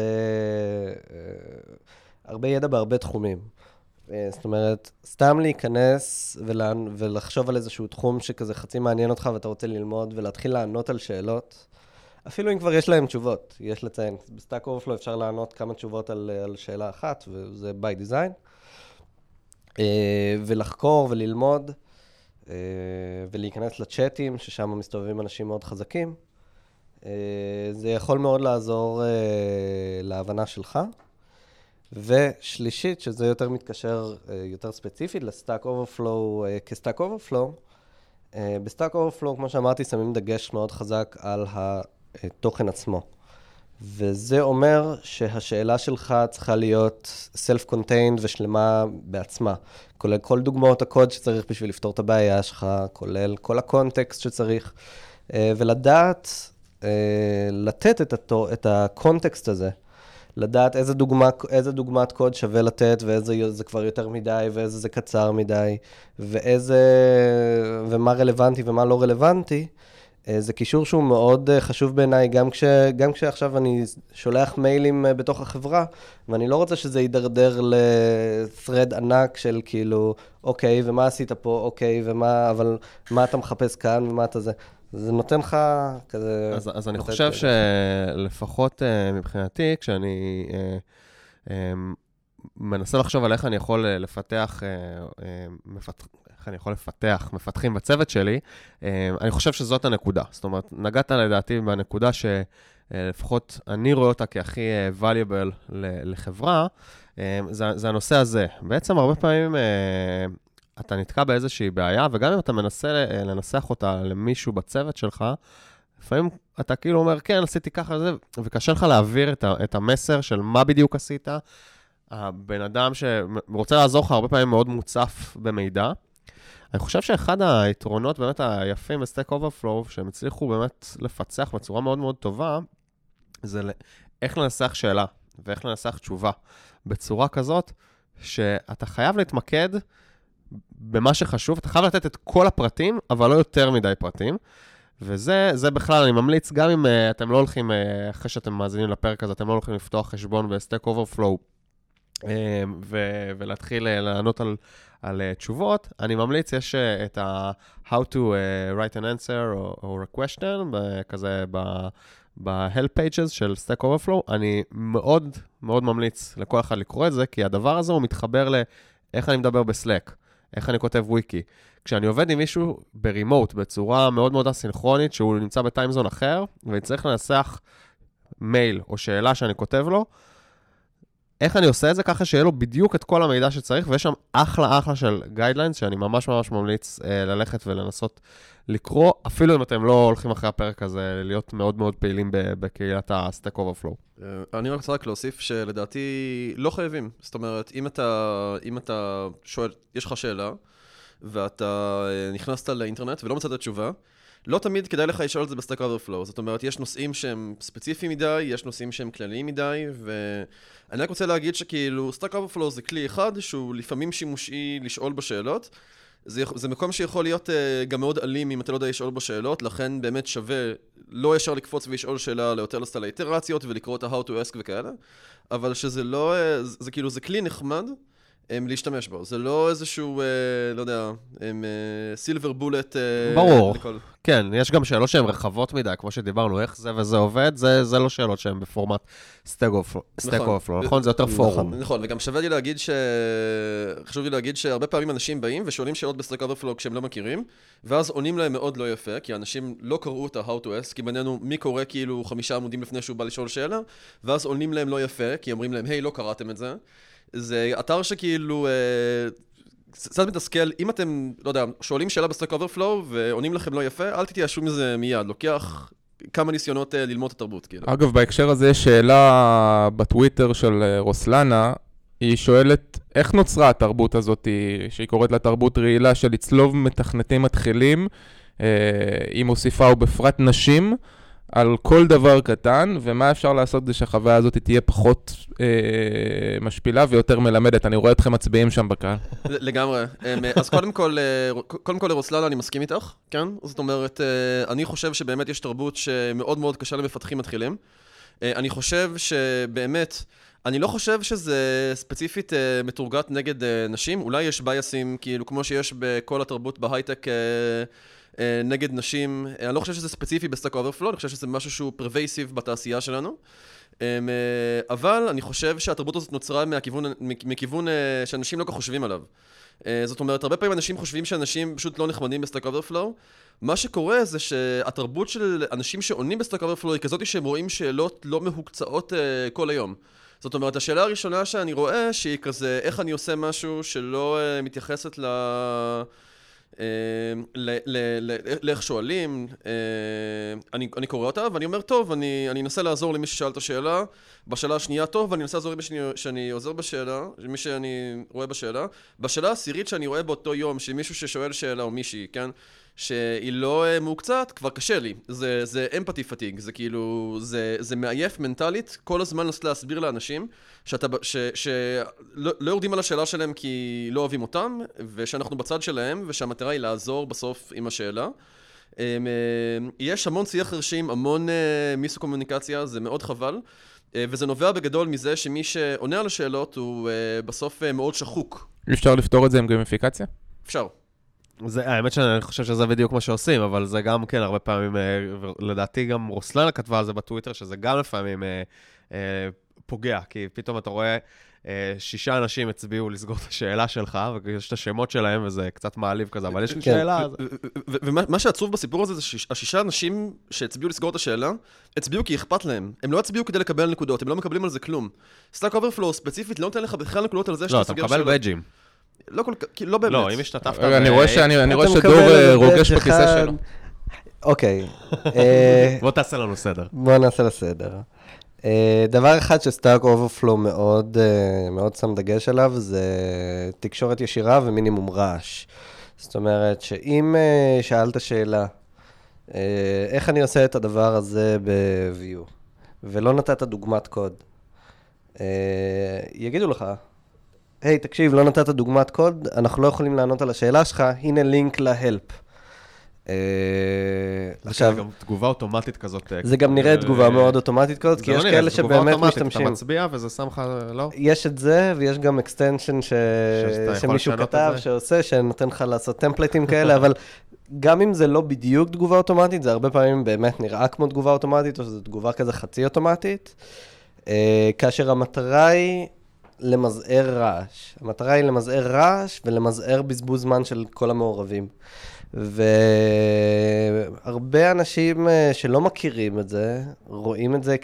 הרבה ידע בהרבה תחומים. זאת אומרת, סתם להיכנס ולחשוב על איזשהו תחום שכזה חצי מעניין אותך ואתה רוצה ללמוד ולהתחיל לענות על שאלות, אפילו אם כבר יש להם תשובות, יש לציין. בסטאק אוברפלו אפשר לענות כמה תשובות על שאלה אחת, וזה by design. ולחקור וללמוד, ולהיכנס לצ'אטים, ששם מסתובבים אנשים מאוד חזקים. זה יכול מאוד לעזור להבנה שלך. ושלישית, שזה יותר מתקשר, יותר ספציפית, לסטאק אוברפלו כסטאק אוברפלו. בסטאק אוברפלו, כמו שאמרתי, שמים דגש מאוד חזק על התוכן עצמו. וזה אומר שהשאלה שלך צריכה להיות self-contained ושלמה בעצמה. כולל כל דוגמאות הקוד שצריך בשביל לפתור את הבעיה שלך, כולל כל הקונטקסט שצריך, ולדעת, לתת את הקונטקסט הזה. לדעת איזה דוגמת קוד שווה לתת, ואיזה זה כבר יותר מדי, ואיזה זה קצר מדי, ומה רלוונטי ומה לא רלוונטי. זה קישור שהוא מאוד חשוב בעיניי, גם כשעכשיו אני שולח מיילים בתוך החברה, ואני לא רוצה שזה יידרדר ל-thread ענק של כאילו, אוקיי, ומה עשית פה, אוקיי, אבל מה אתה מחפש כאן, ומה אתה זה. זה נותן לך כזה... אז אני חושב שלפחות מבחינתי, כשאני מנסה לחשוב על איך אני יכול לפתח, איך אני יכול לפתח מפתחים בצוות שלי, אני חושב שזאת הנקודה. זאת אומרת, נגעת לדעתי בנקודה שלפחות אני רואה אותה כהכי valuable לחברה, זה הנושא הזה. בעצם הרבה פעמים אתה נתקע באיזושהי בעיה, וגם אם אתה מנסה לנסח אותה למישהו בצוות שלך, לפעמים אתה כאילו אומר, כן, עשיתי ככה וזה, וקשה לך להעביר את המסר של מה בדיוק עשית. הבן אדם שרוצה לעזור לך הרבה פעמים מאוד מוצף במידע. אני חושב שאחד היתרונות באמת היפים בסטאק אוברפלו, שהם הצליחו באמת לפצח בצורה מאוד מאוד טובה, זה איך לנסח שאלה, ואיך לנסח תשובה, בצורה כזאת, שאתה חייב להתמקד במה שחשוב, אתה חייב לתת את כל הפרטים, אבל לא יותר מדי פרטים, וזה בכלל, אני ממליץ, גם אם אתם לא הולכים, אחרי שאתם מאזינים לפרק הזה, אתם לא הולכים לפתוח חשבון בסטאק אוברפלו, ולהתחיל לענות על תשובות, אני ממליץ, יש את how to write an answer or a question, כזה ב-help pages של Stack Overflow, אני מאוד מאוד ממליץ לכל אחד לקרוא את זה, כי הדבר הזה הוא מתחבר לאיך אני מדבר בסלק, איך אני כותב וויקי. כשאני עובד עם מישהו ברימוט, בצורה מאוד מאוד אסינכרונית, שהוא נמצא בטיימזון אחר, וצריך לנסח מייל או שאלה שאני כותב לו, איך אני עושה את זה ככה שיהיה לו בדיוק את כל המידע שצריך, ויש שם אחלה של גיידליינס, שאני ממש ממש ממליץ ללכת ולנסות לקרוא, אפילו אם אתם לא הולכים אחרי הפרק הזה, להיות מאוד מאוד פעילים בקהילת ה-Stack Overflow. אני רק רוצה להוסיף שלדעתי לא חייבים. זאת אומרת, אם אתה שואל, יש לך שאלה, ואתה נכנסת לאינטרנט ולא מצאת תשובה, לא תמיד כדאי לך לשאול את זה בסטאק אוברפלו. זאת אומרת, יש נושאים שהם ספציפיים מדי, יש נושאים שהם כלליים מדי, ואני רק רוצה להגיד שכאילו, סטאק אוברפלו זה כלי אחד שהוא לפעמים שימושי לשאול בשאלות. זה מקום שיכול להיות גם מאוד אלים אם אתה לא יודע לשאול בשאלות, לכן באמת שווה לא ישר לקפוץ ולשאול שאלה ליותר לסטל האיטרציות ולקרוא את ה-how to ask וכאלה, אבל שזה לא, זה כאילו, זה כלי נחמד, להשתמש בו. זה לא איזשהו, לא יודע, סילבר בולט. ברור. כן, יש גם שאלות שהן רחבות מדי, כמו שדיברנו, איך זה וזה עובד, זה לא שאלות שהן בפורמט סטאק אוברפלו, נכון? זה יותר פורום. נכון, וגם חשוב לי להגיד שהרבה פעמים אנשים באים ושואלים שאלות בסטאק אוברפלו כשהם לא מכירים, ואז עונים להם מאוד לא יפה, כי אנשים לא קראו את ה-how to ask, כי בינינו מי קורא כאילו 5 עמודים לפני שהוא בא לשאול שאלה, ואז עונים להם לא יפה, כי אומרים להם, היי, לא קראתם את זה. זה אתר שכאילו קצת מתסכל, אם אתם, לא יודע, שואלים שאלה בסטק אוברפלואו ועונים לכם לא יפה, אל תתייאשו מזה מיד, לוקח כמה ניסיונות ללמוד את התרבות, כאילו. אגב, בהקשר הזה יש שאלה בטוויטר של רוסלנה, היא שואלת איך נוצרה התרבות הזאת, שהיא קוראת לה תרבות רעילה של לצלוב מתכנתים מתחילים, היא מוסיפה ובפרט נשים, על כל דבר קטן, ומה אפשר לעשות זה שהחוויה הזאת תהיה פחות משפילה ויותר מלמדת. אני רואה אתכם מצביעים שם בקהל. לגמרי. אז קודם כל לרוסלנה אני מסכים איתך, כן? זאת אומרת, אני חושב שבאמת יש תרבות שמאוד מאוד קשה למפתחים מתחילים. אני חושב שבאמת, אני לא חושב שזה ספציפית מתורגת נגד נשים, אולי יש בייסים, כאילו כמו שיש בכל התרבות בהייטק, נגד נשים, אני לא חושב שזה ספציפי בסטק אוברפלואו, אני חושב שזה משהו שהוא פרווייסיב בתעשייה שלנו, אבל אני חושב שהתרבות הזאת נוצרה מכיוון שאנשים לא כך חושבים עליו. זאת אומרת, הרבה פעמים אנשים חושבים שאנשים פשוט לא נחמדים בסטק אוברפלואו, מה שקורה זה שהתרבות של אנשים שעונים בסטק אוברפלואו היא כזאת שהם רואים שאלות לא מהוקצעות כל היום. זאת אומרת, השאלה הראשונה שאני רואה שהיא כזה, איך אני עושה משהו שלא מתייחסת לאיך שואלים, אני קורא אותה ואני אומר, טוב, אני אנסה לעזור למי ששאל את השאלה, בשאלה השנייה, טוב, ואני אנסה לעזור למי שאני עוזר בשאלה, למי שאני רואה בשאלה, בשאלה העשירית שאני רואה באותו יום, שמישהו ששואל שאלה או מישהי, כן, שהיא לא מוקצת, כבר קשה לי, זה אמפתי פטיג, זה כאילו, זה מעייף מנטלית, כל הזמן נסה להסביר לאנשים, שלא יורדים על השאלה שלהם כי לא אוהבים אותם, ושאנחנו בצד שלהם, ושהמטרה היא לעזור בסוף עם השאלה. יש המון שיח חרשים, המון מיסו-קומוניקציה, זה מאוד חבל, וזה נובע בגדול מזה שמי שעונה על השאלות הוא בסוף מאוד שחוק. אפשר לפתור את זה עם גמיפיקציה? אפשר. האמת שאני חושב שזה בדיוק מה שעושים, אבל זה גם כן הרבה פעמים, לדעתי גם רוסלנה כתבה על זה בטוויטר, שזה גם לפעמים פוגע, כי פתאום אתה רואה 6 אנשים הצביעו לסגור את השאלה שלך, ויש את השמות שלהם, וזה קצת מעליב כזה, אבל יש לי שאלה. ומה שעצוב בסיפור הזה, זה ש6 אנשים שהצביעו לסגור את השאלה, הצביעו כי אכפת להם. הם לא הצביעו כדי לקבל נקודות, הם לא מקבלים על זה כלום. סטאק אוברפלואו ספציפית לא נותן לך בכלל נקודות על זה שאתה סוגר שאלה. לא, אתה מקבל בג'ים. לא באמת. לא, אם השתתפת... אני רואה שדור רוגש בכיסא שלו. אוקיי. בוא תעשה לנו סדר. בוא נעשה לסדר. דבר אחד שסטאק אוברפלואו מאוד שם דגש עליו, זה תקשורת ישירה ומינימום רעש. זאת אומרת שאם שאלת שאלה, איך אני עושה את הדבר הזה ב-Vue, ולא נתת דוגמת קוד, יגידו לך, היי, תקשיב, לא נתת דוגמת קוד, אנחנו לא יכולים לענות על השאלה שלך, הנה לינק להלפ. עכשיו, גם תגובה אוטומטית כזאת. זה גם נראה תגובה מאוד אוטומטית כזאת, כי יש כאלה שבאמת משתמשים. אתה מצביע וזה שם לך, לא? יש את זה, ויש גם אקסטנשן שמישהו כתב, שעושה, שנותן לך לעשות טמפלייטים כאלה, אבל גם אם זה לא בדיוק תגובה אוטומטית, זה הרבה פעמים באמת נראה כמו תגובה אוטומטית, או שזו תגובה כזה חצי אוטומטית, כאשר המטרה היא למזער רעש. המטרה היא למזער רעש ולמזער בזבוז זמן של כל המעורבים. והרבה אנשים שלא מכירים את זה, רואים את זה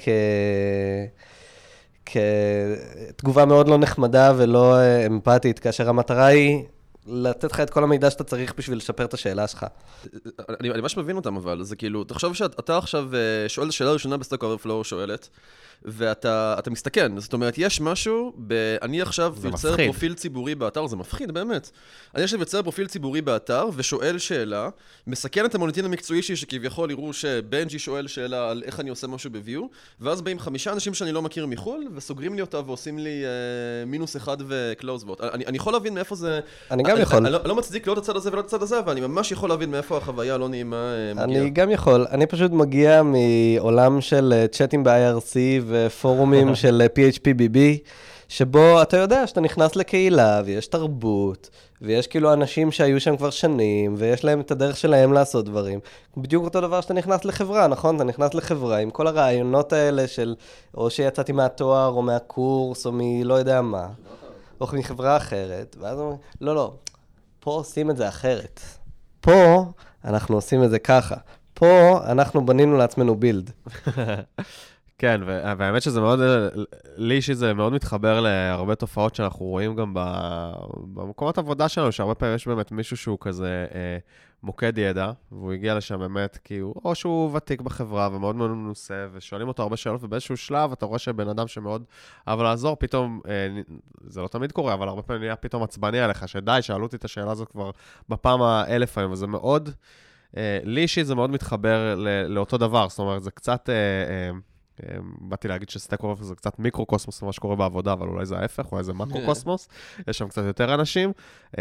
כתגובה מאוד לא נחמדה ולא אמפתית, כאשר המטרה היא לתת לך את כל המידע שאתה צריך בשביל לשפר את השאלה שלך. אני ממש מבין אותם, אבל זה כאילו, תחשוב שאתה עכשיו שואל את השאלה הראשונה בסטאק אוברפלואו שואלת, ואתה מסתכן, זאת אומרת, יש משהו, אני עכשיו יוצר פרופיל ציבורי באתר, זה מפחיד באמת. אני עכשיו יוצר פרופיל ציבורי באתר, ושואל שאלה, מסכן את המוניטין המקצועי שכביכול יראו שבנג'י שואל שאלה על איך אני עושה משהו ב-Vue, ואז באים 5 אנשים שאני לא מכיר מחול, וסוגרים לי אותה ועושים לי -1 ו-close vote. אני יכול להבין מאיפה זה... אני גם יכול. אני לא מצדיק לא את הצד הזה ולא את הצד הזה, אבל אני ממש יכול להבין מאיפה החוויה לא נעימה מגיעה. אני גם יכול. אני פשוט מגיע מעולם של צ'אטים ב-IRC ופורומים של PHPBB, שבו אתה יודע שאתה נכנס לקהילה, ויש תרבות, ויש כאילו אנשים שהיו שם כבר שנים, ויש להם את הדרך שלהם לעשות דברים. בדיוק אותו דבר שאתה נכנס לחברה, נכון? אתה נכנס לחברה עם כל הרעיונות האלה של, או שיצאתי מהתואר, או מהקורס, או מלא יודע מה, או מחברה אחרת, ואז אומרים, לא, פה עושים את זה אחרת. פה אנחנו עושים את זה ככה. פה אנחנו בנינו לעצמנו בילד. כן, והאמת שזה מאוד, לי אישית זה מאוד מתחבר להרבה תופעות שאנחנו רואים גם במקומות עבודה שלנו, שהרבה פעמים יש באמת מישהו שהוא כזה מוקד ידע, והוא הגיע לשם באמת כי או שהוא ותיק בחברה ומאוד מאוד מנוסה, ושואלים אותו הרבה שאלות, ובאיזשהו שלב אתה רואה שבן אדם שמאוד אהב לעזור, פתאום, זה לא תמיד קורה, אבל הרבה פעמים נהיה פתאום עצבני עליך, שדי, שאלו אותי את השאלה הזאת כבר בפעם ה-1000 היום, וזה מאוד, לי אישית זה מאוד מתחבר לאותו דבר, זאת אומרת, זה קצת... באתי להגיד שסטק אוברפלואו זה קצת מיקרו-קוסמוס למה שקורה בעבודה, אבל אולי זה ההפך, אולי זה מקרו-קוסמוס, יש שם קצת יותר אנשים.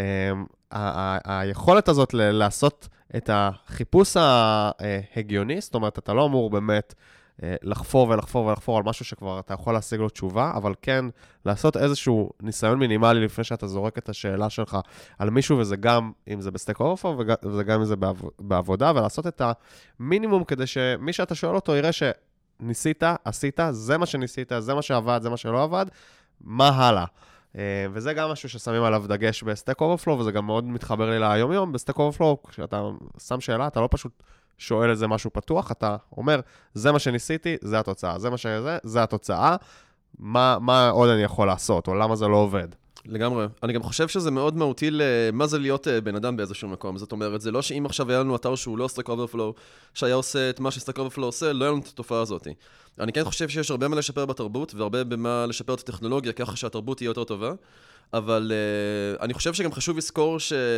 היכולת הזאת לעשות את החיפוש ההגיוני, זאת אומרת, אתה לא אמור באמת לחפור ולחפור ולחפור על משהו שכבר אתה יכול להשיג לו תשובה, אבל כן לעשות איזשהו ניסיון מינימלי לפני שאתה זורק את השאלה שלך על מישהו, וזה גם אם זה בסטק אוברפלואו, וזה גם אם זה בעבודה, ולעשות את המינימום כדי שמי שאתה שואל אותו יראה ניסית, עשית, זה מה שניסית, זה מה שעבד, זה מה שלא עבד, מה הלאה? וזה גם משהו ששמים עליו דגש בסטק אוברפלואו, וזה גם מאוד מתחבר לי ליום-יום. בסטק אוברפלואו, כשאתה שם שאלה, אתה לא פשוט שואל איזה משהו פתוח, אתה אומר, זה מה שניסיתי, זה התוצאה, זה מה שזה, זה התוצאה, מה עוד אני יכול לעשות, או למה זה לא עובד? לגמרי. אני גם חושב שזה מאוד מהותי למה זה להיות בן אדם באיזשהו מקום. זאת אומרת, זה לא שאם עכשיו היה לנו אתר שהוא לא סטק אוברפלואו, שהיה עושה את מה שסטק אוברפלואו עושה, לא היה לנו את התופעה הזאת. אני כן חושב שיש הרבה מה לשפר בתרבות, והרבה במה לשפר את הטכנולוגיה, ככה שהתרבות תהיה יותר טובה. אבל אני חושב שגם חשוב לזכור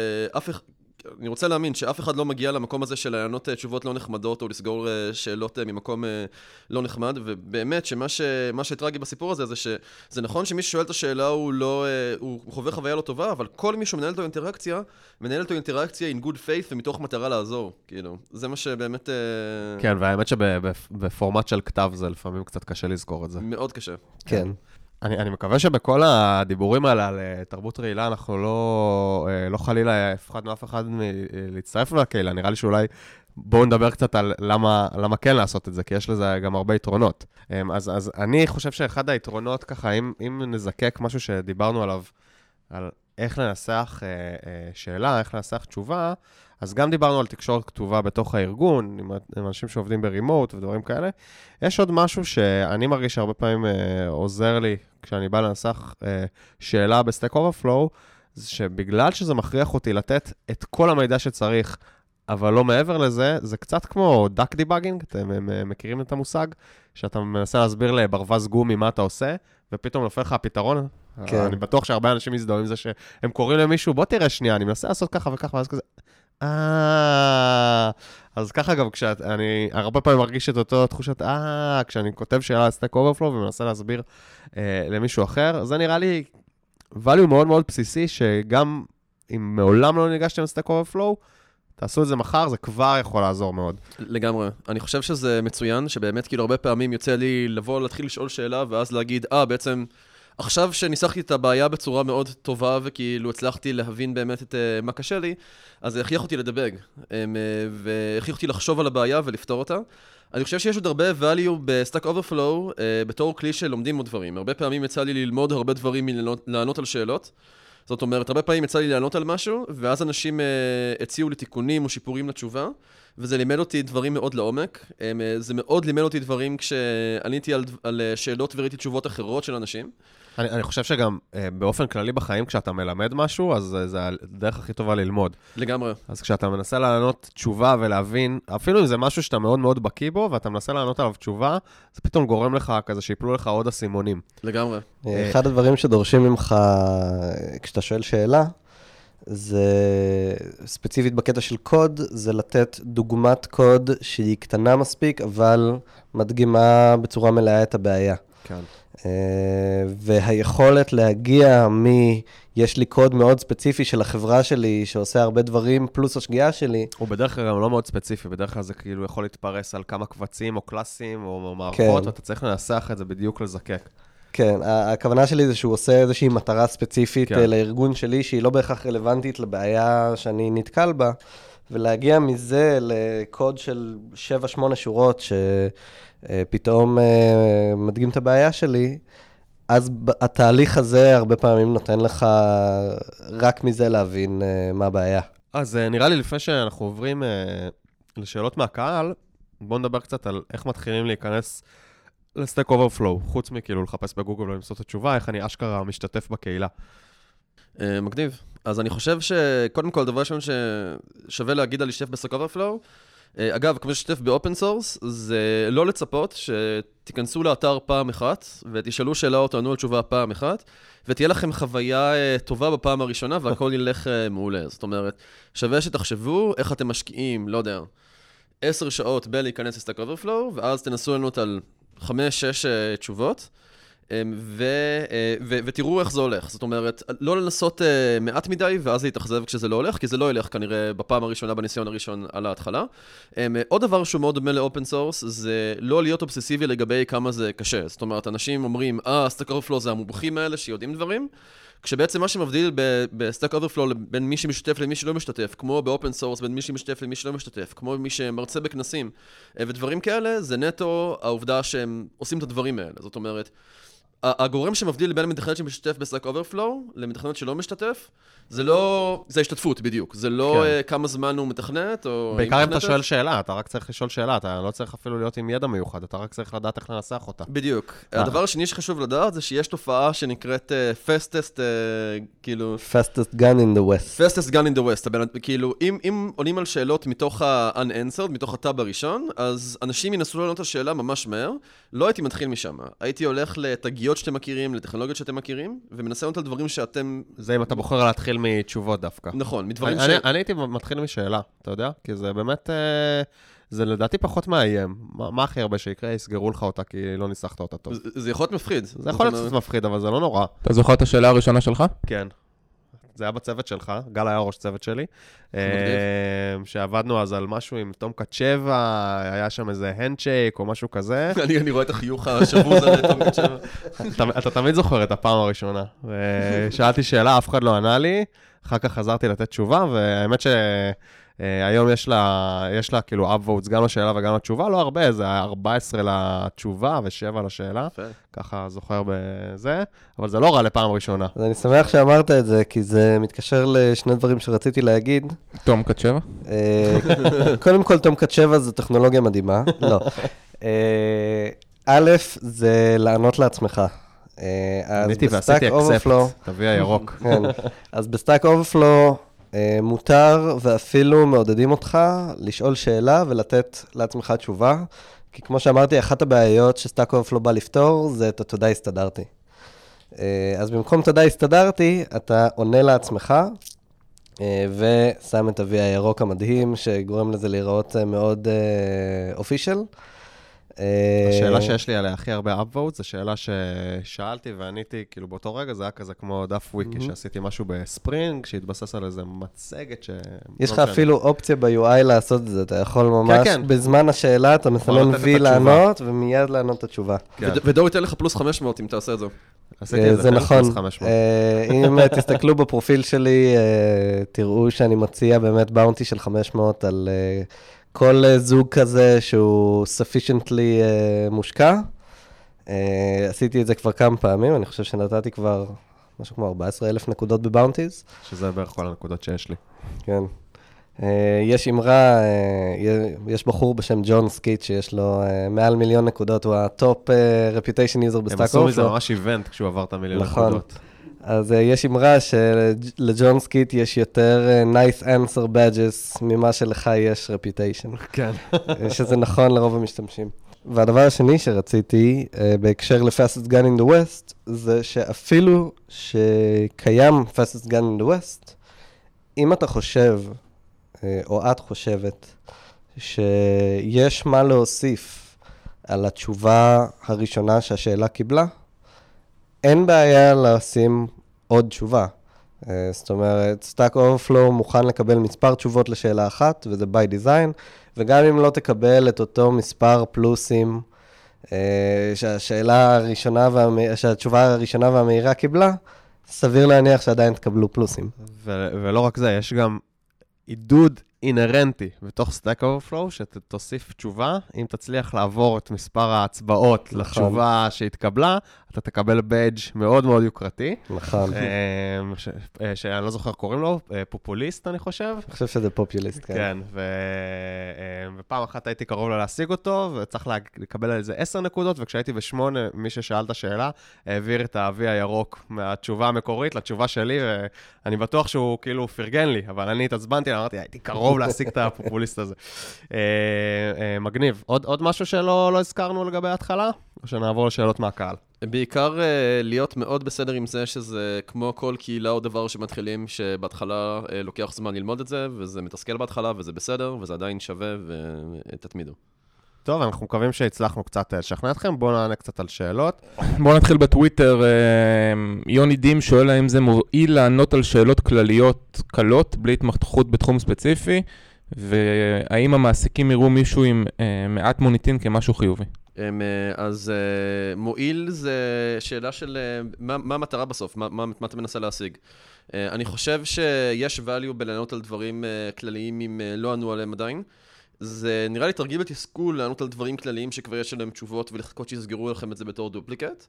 אני רוצה להאמין שאף אחד לא מגיע למקום הזה של לענות תשובות לא נחמדות או לסגור שאלות ממקום לא נחמד, ובאמת שמה שטרגי בסיפור הזה זה שזה נכון שמי ששואל את השאלה הוא חווה חוויה לא טובה, אבל כל מי שמנהל אותו אינטראקציה, מנהל אותו אינטראקציה in good faith ומתוך מטרה לעזור, כאילו. זה מה שבאמת... כן, והאמת שבפורמט של כתב זה לפעמים קצת קשה לזכור את זה. מאוד קשה. כן. אני מקווה שבכל הדיבורים האלה על תרבות רעילה, אנחנו לא חלילה הפחדנו אף אחד להצטרף לקהילה. נראה לי שאולי בואו נדבר קצת על למה כן לעשות את זה, כי יש לזה גם הרבה יתרונות. אז אני חושב שאחד היתרונות ככה, אם נזקק משהו שדיברנו עליו, על איך לנסח שאלה, איך לנסח תשובה, אז גם דיברנו על תקשורת כתובה בתוך הארגון, עם אנשים שעובדים ברימוט ודברים כאלה. יש עוד משהו שאני מרגיש שהרבה פעמים עוזר לי, כשאני בא לנסח שאלה בסטק אוברפלואו, זה שבגלל שזה מכריח אותי לתת את כל המידע שצריך, אבל לא מעבר לזה, זה קצת כמו דאק דיבאגינג, אתם מכירים את המושג, שאתה מנסה להסביר לברווז גומי מה אתה עושה, ופתאום נופל לך הפתרון. כן. אני בטוח שהרבה אנשים מזדהים עם זה שהם קוראים למישהו, בוא תראה שנייה, אני מנסה לעשות ככה וככה, ואז כזה, אז ככה גם כשאני הרבה פעמים מרגיש את אותו תחושת, כשאני כותב שאלה על סטק אוברפלואו ומנסה להסביר למישהו אחר, זה נראה לי value מאוד מאוד בסיסי, שגם אם מעולם לא ניגשתם לסטק אוברפלואו, תעשו את זה מחר, זה כבר יכול לעזור מאוד. לגמרי. אני חושב שזה מצוין, שבאמת כאילו הרבה פעמים יוצא לי לבוא, להתחיל לשאול שאלה, ואז להגיד, בעצם, עכשיו שניסחתי את הבעיה בצורה מאוד טובה, וכאילו הצלחתי להבין באמת את מה קשה לי, אז זה הכריח אותי לדבג, והכריח אותי לחשוב על הבעיה ולפתור אותה. אני חושב שיש עוד הרבה value בסטק אוברפלואו, בתור כלי שלומדים עוד דברים. הרבה פעמים יצא לי ללמוד הרבה דברים מלענות על שאלות. זאת אומרת, הרבה פעמים יצא לי לענות על משהו, ואז אנשים הציעו לי תיקונים או שיפורים לתשובה, וזה לימד אותי דברים מאוד לעומק. זה מאוד לימד אותי דברים כשעניתי על שאלות וראיתי תשובות אחרות של אנשים. אני חושב שגם באופן כללי בחיים, כשאתה מלמד משהו, אז זה הדרך הכי טובה ללמוד. לגמרי. אז כשאתה מנסה לענות תשובה ולהבין, אפילו אם זה משהו שאתה מאוד מאוד בקיא בו, ואתה מנסה לענות עליו תשובה, זה פתאום גורם לך כזה שיפלו לך עוד הסימונים. לגמרי. אחד הדברים שדורשים ממך, כשאתה שואל שאלה, זה ספציפית בקטע של קוד, זה לתת דוגמת קוד שהיא קטנה מספיק, אבל מדגימה בצורה מלאה את הבעיה. כן. והיכולת להגיע יש לי קוד מאוד ספציפי של החברה שלי, שעושה הרבה דברים, פלוס השגיאה שלי. הוא בדרך כלל גם לא מאוד ספציפי, בדרך כלל זה כאילו יכול להתפרס על כמה קבצים או קלאסים או מערכות, ואתה צריך לנסח את זה בדיוק לזקק. כן, הכוונה שלי זה שהוא עושה איזושהי מטרה ספציפית לארגון שלי, שהיא לא בהכרח רלוונטית לבעיה שאני נתקל בה, ולהגיע מזה לקוד של 7-8 שורות, שפתאום מדגים את הבעיה שלי, אז התהליך הזה הרבה פעמים נותן לך רק מזה להבין מה הבעיה. אז נראה לי לפני שאנחנו עוברים לשאלות מהקהל, בואו נדבר קצת על איך מתחילים להיכנס לסטק אוברפלואו, חוץ מכאילו לחפש בגוגל ולמצוא את התשובה, איך אני אשכרה משתתף בקהילה. מגניב. אז אני חושב שקודם כל, דבר ראשון ששווה להגיד על להשתתף בסטק אוברפלואו, אגב, כמו ששתף באופן סורס, זה לא לצפות שתיכנסו לאתר פעם אחת, ותשאלו שאלה או תענו על תשובה פעם אחת, ותהיה לכם חוויה טובה בפעם הראשונה, והכל ילך מעולה. זאת אומרת, שווה שתחשבו איך אתם משקיעים, לא יודע, 10 שעות בלהיכנס לסטק אוברפלואו, ואז תנסו לענות על 5-6 תשובות, ותראו איך זה הולך. זאת אומרת, לא לנסות מעט מדי, ואז להתאכזב כשזה לא הולך, כי זה לא ילך כנראה בפעם הראשונה, בניסיון הראשון על ההתחלה. עוד דבר שהוא מאוד דומה לאופן סורס, זה לא להיות אובססיבי לגבי כמה זה קשה. זאת אומרת, אנשים אומרים, סטק אוברפלואו זה המומחים האלה שיודעים דברים, כשבעצם מה שמבדיל בסטק אוברפלואו בין מי שמשתתף למי שלא משתתף, כמו באופן סורס בין מי שמשתתף למי שלא משתתף, כמו מי שמרצה בכנסים, ודברים כאלה, זה נטו העובדה שהם עושים את הדברים האלה. זאת אומרת, הגורם שמבדיל בין מתכנת שמשתתף בסטק אוברפלואו למתכנת שלא משתתף, זה לא, זה השתתפות בדיוק, זה לא כמה זמן הוא מתכנת או... בעיקר אם אתה שואל שאלה, אתה רק צריך לשאול שאלה, אתה לא צריך אפילו להיות עם ידע מיוחד, אתה רק צריך לדעת איך לנסח אותה. בדיוק. הדבר השני שחשוב לדעת זה שיש תופעה שנקראת fastest, כאילו... fastest gun in the west. fastest gun in the west. כאילו, אם עונים על שאלות מתוך ה-unanswered, מתוך הטאב הראשון, אז אנשים ינסו לענות על השאלה ממש מהר, לא הייתי מתחיל משם. הייתי הולך לתגיות שאתם מכירים, לטכנולוגיות שאתם מכירים, ומנסה לענות על דברים שאתם... זה אם אתה בוחר להתחיל מתשובות דווקא. נכון, מדברים אני הייתי מתחיל משאלה, אתה יודע? כי זה באמת, זה לדעתי פחות מאיים. מה הכי הרבה שיקרה? יסגרו לך אותה כי לא ניסחת אותה טוב. זה יכול להיות מפחיד. זה יכול להיות מפחיד, אבל זה לא נורא. אתה זוכר את השאלה הראשונה שלך? כן. זה היה בצוות שלך, גל היה ראש צוות שלי, שעבדנו אז על משהו עם תום קצ'בה, היה שם איזה הנדשייק או משהו כזה. אני רואה את החיוך השבוז על תום קצ'בה. אתה תמיד זוכר את הפעם הראשונה. ושאלתי שאלה, אף אחד לא ענה לי, אחר כך חזרתי לתת תשובה, והאמת שהיום יש לה כאילו upvotes גם לשאלה וגם לתשובה, לא הרבה, זה 14 לתשובה ו7 לשאלה, ככה זוכר בזה, אבל זה לא רע לפעם ראשונה. אז אני שמח שאמרת את זה, כי זה מתקשר לשני דברים שרציתי להגיד. תום קצ'בה? קודם כל, תום קצ'בה זה טכנולוגיה מדהימה. לא. א', זה לענות לעצמך. עניתי ועשיתי אקספט, תביא הירוק. כן, אז בסטאק אוברפלואו מותר ואפילו מעודדים אותך לשאול שאלה ולתת לעצמך תשובה, כי כמו שאמרתי, אחת הבעיות שסטאק אוברפלואו בא לפתור זה את התודה הסתדרתי. אז במקום תודה הסתדרתי, אתה עונה לעצמך ושם את ה-V הירוק המדהים, שגורם לזה להיראות מאוד אופישל. השאלה שיש לי עליה הכי הרבה upvotes, זו שאלה ששאלתי ועניתי, כאילו באותו רגע זה היה כזה כמו דף וויקי, שעשיתי משהו בספרינג, שהתבסס על איזה מצגת יש לך אפילו אופציה ב-UI לעשות את זה, אתה יכול ממש, בזמן השאלה אתה מסמן V לענות, ומיד לענות את התשובה. ודור ייתן לך פלוס 500 אם תעשה את זה. זה נכון. אם תסתכלו בפרופיל שלי, תראו שאני מציע באמת באונטי של 500 על... כל זוג כזה שהוא sufficiently מושקע. עשיתי את זה כבר כמה פעמים, אני חושב שנתתי כבר משהו כמו 14,000 נקודות בבאונטיז. שזה בערך כל הנקודות שיש לי. כן. יש אמרה, יש בחור בשם ג'ון סקיט שיש לו מעל 1,000,000 נקודות, הוא הטופ reputation user בסטאק אוברפלואו. הם עשו מזה ממש איבנט כשהוא עבר את 1,000,000 נקודות. אז יש אמרה שלג'ון סקיט יש יותר nice answer badges ממה שלך יש reputation. כן. שזה נכון לרוב המשתמשים. והדבר השני שרציתי, בהקשר ל-fastest gun in the west, זה שאפילו שקיים fastest gun in the west, אם אתה חושב, או את חושבת, שיש מה להוסיף על התשובה הראשונה שהשאלה קיבלה, אין בעיה לשים עוד תשובה. זאת אומרת, Stack Overflow מוכן לקבל מספר תשובות לשאלה אחת, וזה by design, וגם אם לא תקבל את אותו מספר פלוסים שהתשובה הראשונה והמהירה קיבלה, סביר להניח שעדיין תקבלו פלוסים. ולא רק זה, יש גם עידוד אינרנטי בתוך Stack Overflow, שתוסיף תשובה, אם תצליח לעבור את מספר ההצבעות לתשובה שהתקבלה, אתה תקבל בדג' מאוד מאוד יוקרתי. נכון. שאני לא זוכר קוראים לו, פופוליסט אני חושב. אני חושב שזה פופוליסט, כן. כן, ופעם אחת הייתי קרוב לו להשיג אותו, וצריך לקבל על זה 10 נקודות, וכשהייתי ב8, מי ששאל את השאלה, העביר את האבי הירוק מהתשובה המקורית לתשובה שלי, ואני בטוח שהוא כאילו פרגן לי, אבל אני התעצבנתי, אמרתי, הייתי קרוב להשיג את הפופוליסט הזה. מגניב. עוד משהו שלא הזכרנו לגבי ההתחלה? או שנעבור לשאלות מהקהל? בעיקר להיות מאוד בסדר עם זה שזה כמו כל קהילה או דבר שמתחילים, שבהתחלה לוקח זמן ללמוד את זה, וזה מתסכל בהתחלה, וזה בסדר, וזה עדיין שווה, ותתמידו. טוב, אנחנו מקווים שהצלחנו קצת לשכנע אתכם, בואו נענה קצת על שאלות. בואו נתחיל בטוויטר, יוני דים שואל האם זה מועיל לענות על שאלות כלליות קלות, בלי התמחות בתחום ספציפי, והאם המעסיקים יראו מישהו עם מעט מוניטין כמשהו חיובי. אז מועיל זה שאלה של מה המטרה בסוף, מה אתה מנסה להשיג. אני חושב שיש value בלענות על דברים כלליים אם לא ענו עליהם עדיין. זה נראה לי תרגיל בתסכול לענות על דברים כלליים שכבר יש עליהם תשובות ולחכות שיסגרו לכם את זה בתור דופליקט.